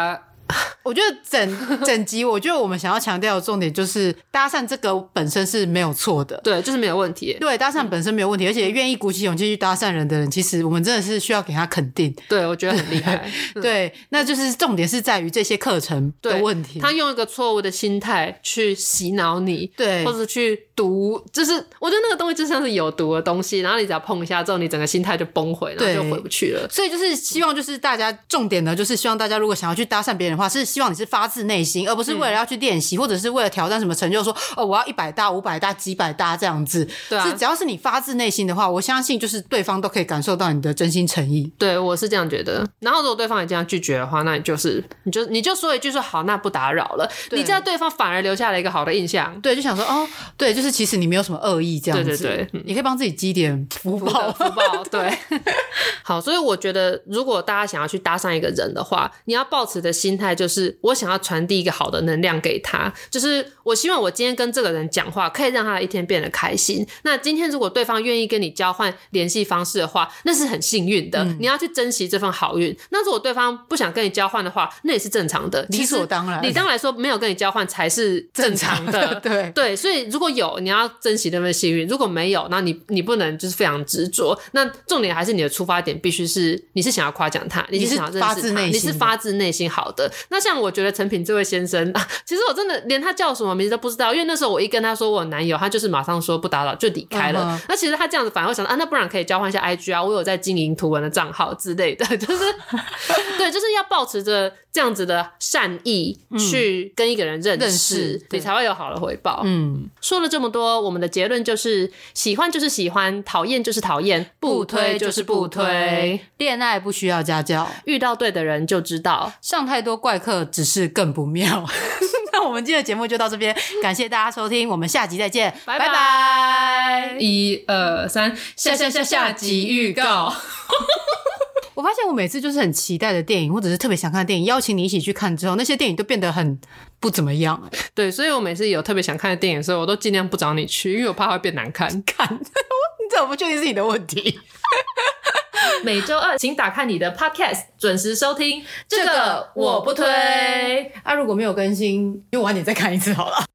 我觉得整整集，我觉得我们想要强调的重点就是搭讪这个本身是没有错的， 对，就是没有问题。 对，搭讪本身没有问题，而且愿意鼓起勇气去搭讪人的人，其实我们真的是需要给他肯定。 对，我觉得很厉害。 对，那就是重点是在于这些课程的问题。 他用一个错误的心态去洗脑你， 对， 或者去毒，就是我觉得那个东西就像是有毒的东西，然后你只要碰一下之后，你整个心态就崩毁，然后就回不去了。 所以就是希望就是大家重点呢，就是希望大家如果想要去搭讪别人的话，是希望你是发自内心，而不是为了要去练习、嗯，或者是为了挑战什么成就，说哦我要一百搭、五百搭、几百搭这样子。对啊，是只要是你发自内心的话，我相信就是对方都可以感受到你的真心诚意。 对，我是这样觉得。然后如果对方也这样拒绝的话，那你就是你就你就说一句说好，那不打扰了，你这样对方反而留下了一个好的印象。 对，就想说哦，对，就是其实你没有什么恶意这样子。对对对，嗯、你可以帮自己积点福报， 福报。对，好，所以我觉得如果大家想要去搭上一个人的话，你要抱持的心态就是我想要传递一个好的能量给他，就是我希望我今天跟这个人讲话可以让他的一天变得开心。那今天如果对方愿意跟你交换联系方式的话，那是很幸运的、嗯、你要去珍惜这份好运。那如果对方不想跟你交换的话，那也是正常的， 理所当然。 理当来说没有跟你交换才是正常的， 正常的对对，所以如果有你要珍惜那份幸运，如果没有那你你不能就是非常执着。那重点还是你的出发点必须是你是想要夸奖他，你是想要认识他，你是发自内心好的。那像我觉得陈品这位先生、啊、其实我真的连他叫什么名字都不知道，因为那时候我一跟他说我有男友，他就是马上说不打扰就离开了、uh-huh. 那其实他这样子反而会想啊，那不然可以交换一下 I G 啊，我有在经营图文的账号之类的，就是对，就是要抱持着这样子的善意去跟一个人认识、嗯、认识你才会有好的回报。嗯，说了这么多，我们的结论就是喜欢就是喜欢，讨厌就是讨厌，不推就是不推。 恋爱不需要家教， 遇到对的人就知道， 上太多怪课只是更不妙。那我们今天的节目就到这边，感谢大家收听，我们下集再见， 拜拜。一二三，下下下下集预告。 我发现我每次就是很期待的电影，或者是特别想看的电影，邀请你一起去看之后，那些电影都变得很不怎么样、欸、 对，所以我每次有特别想看的电影的时候，我都尽量不找你去，因为我怕会变难看。 看你怎么不确定是你的问题？ 每周二请打开你的 podcast 准时收听，这个我不推。 啊，如果没有更新，就晚点再看一次好了。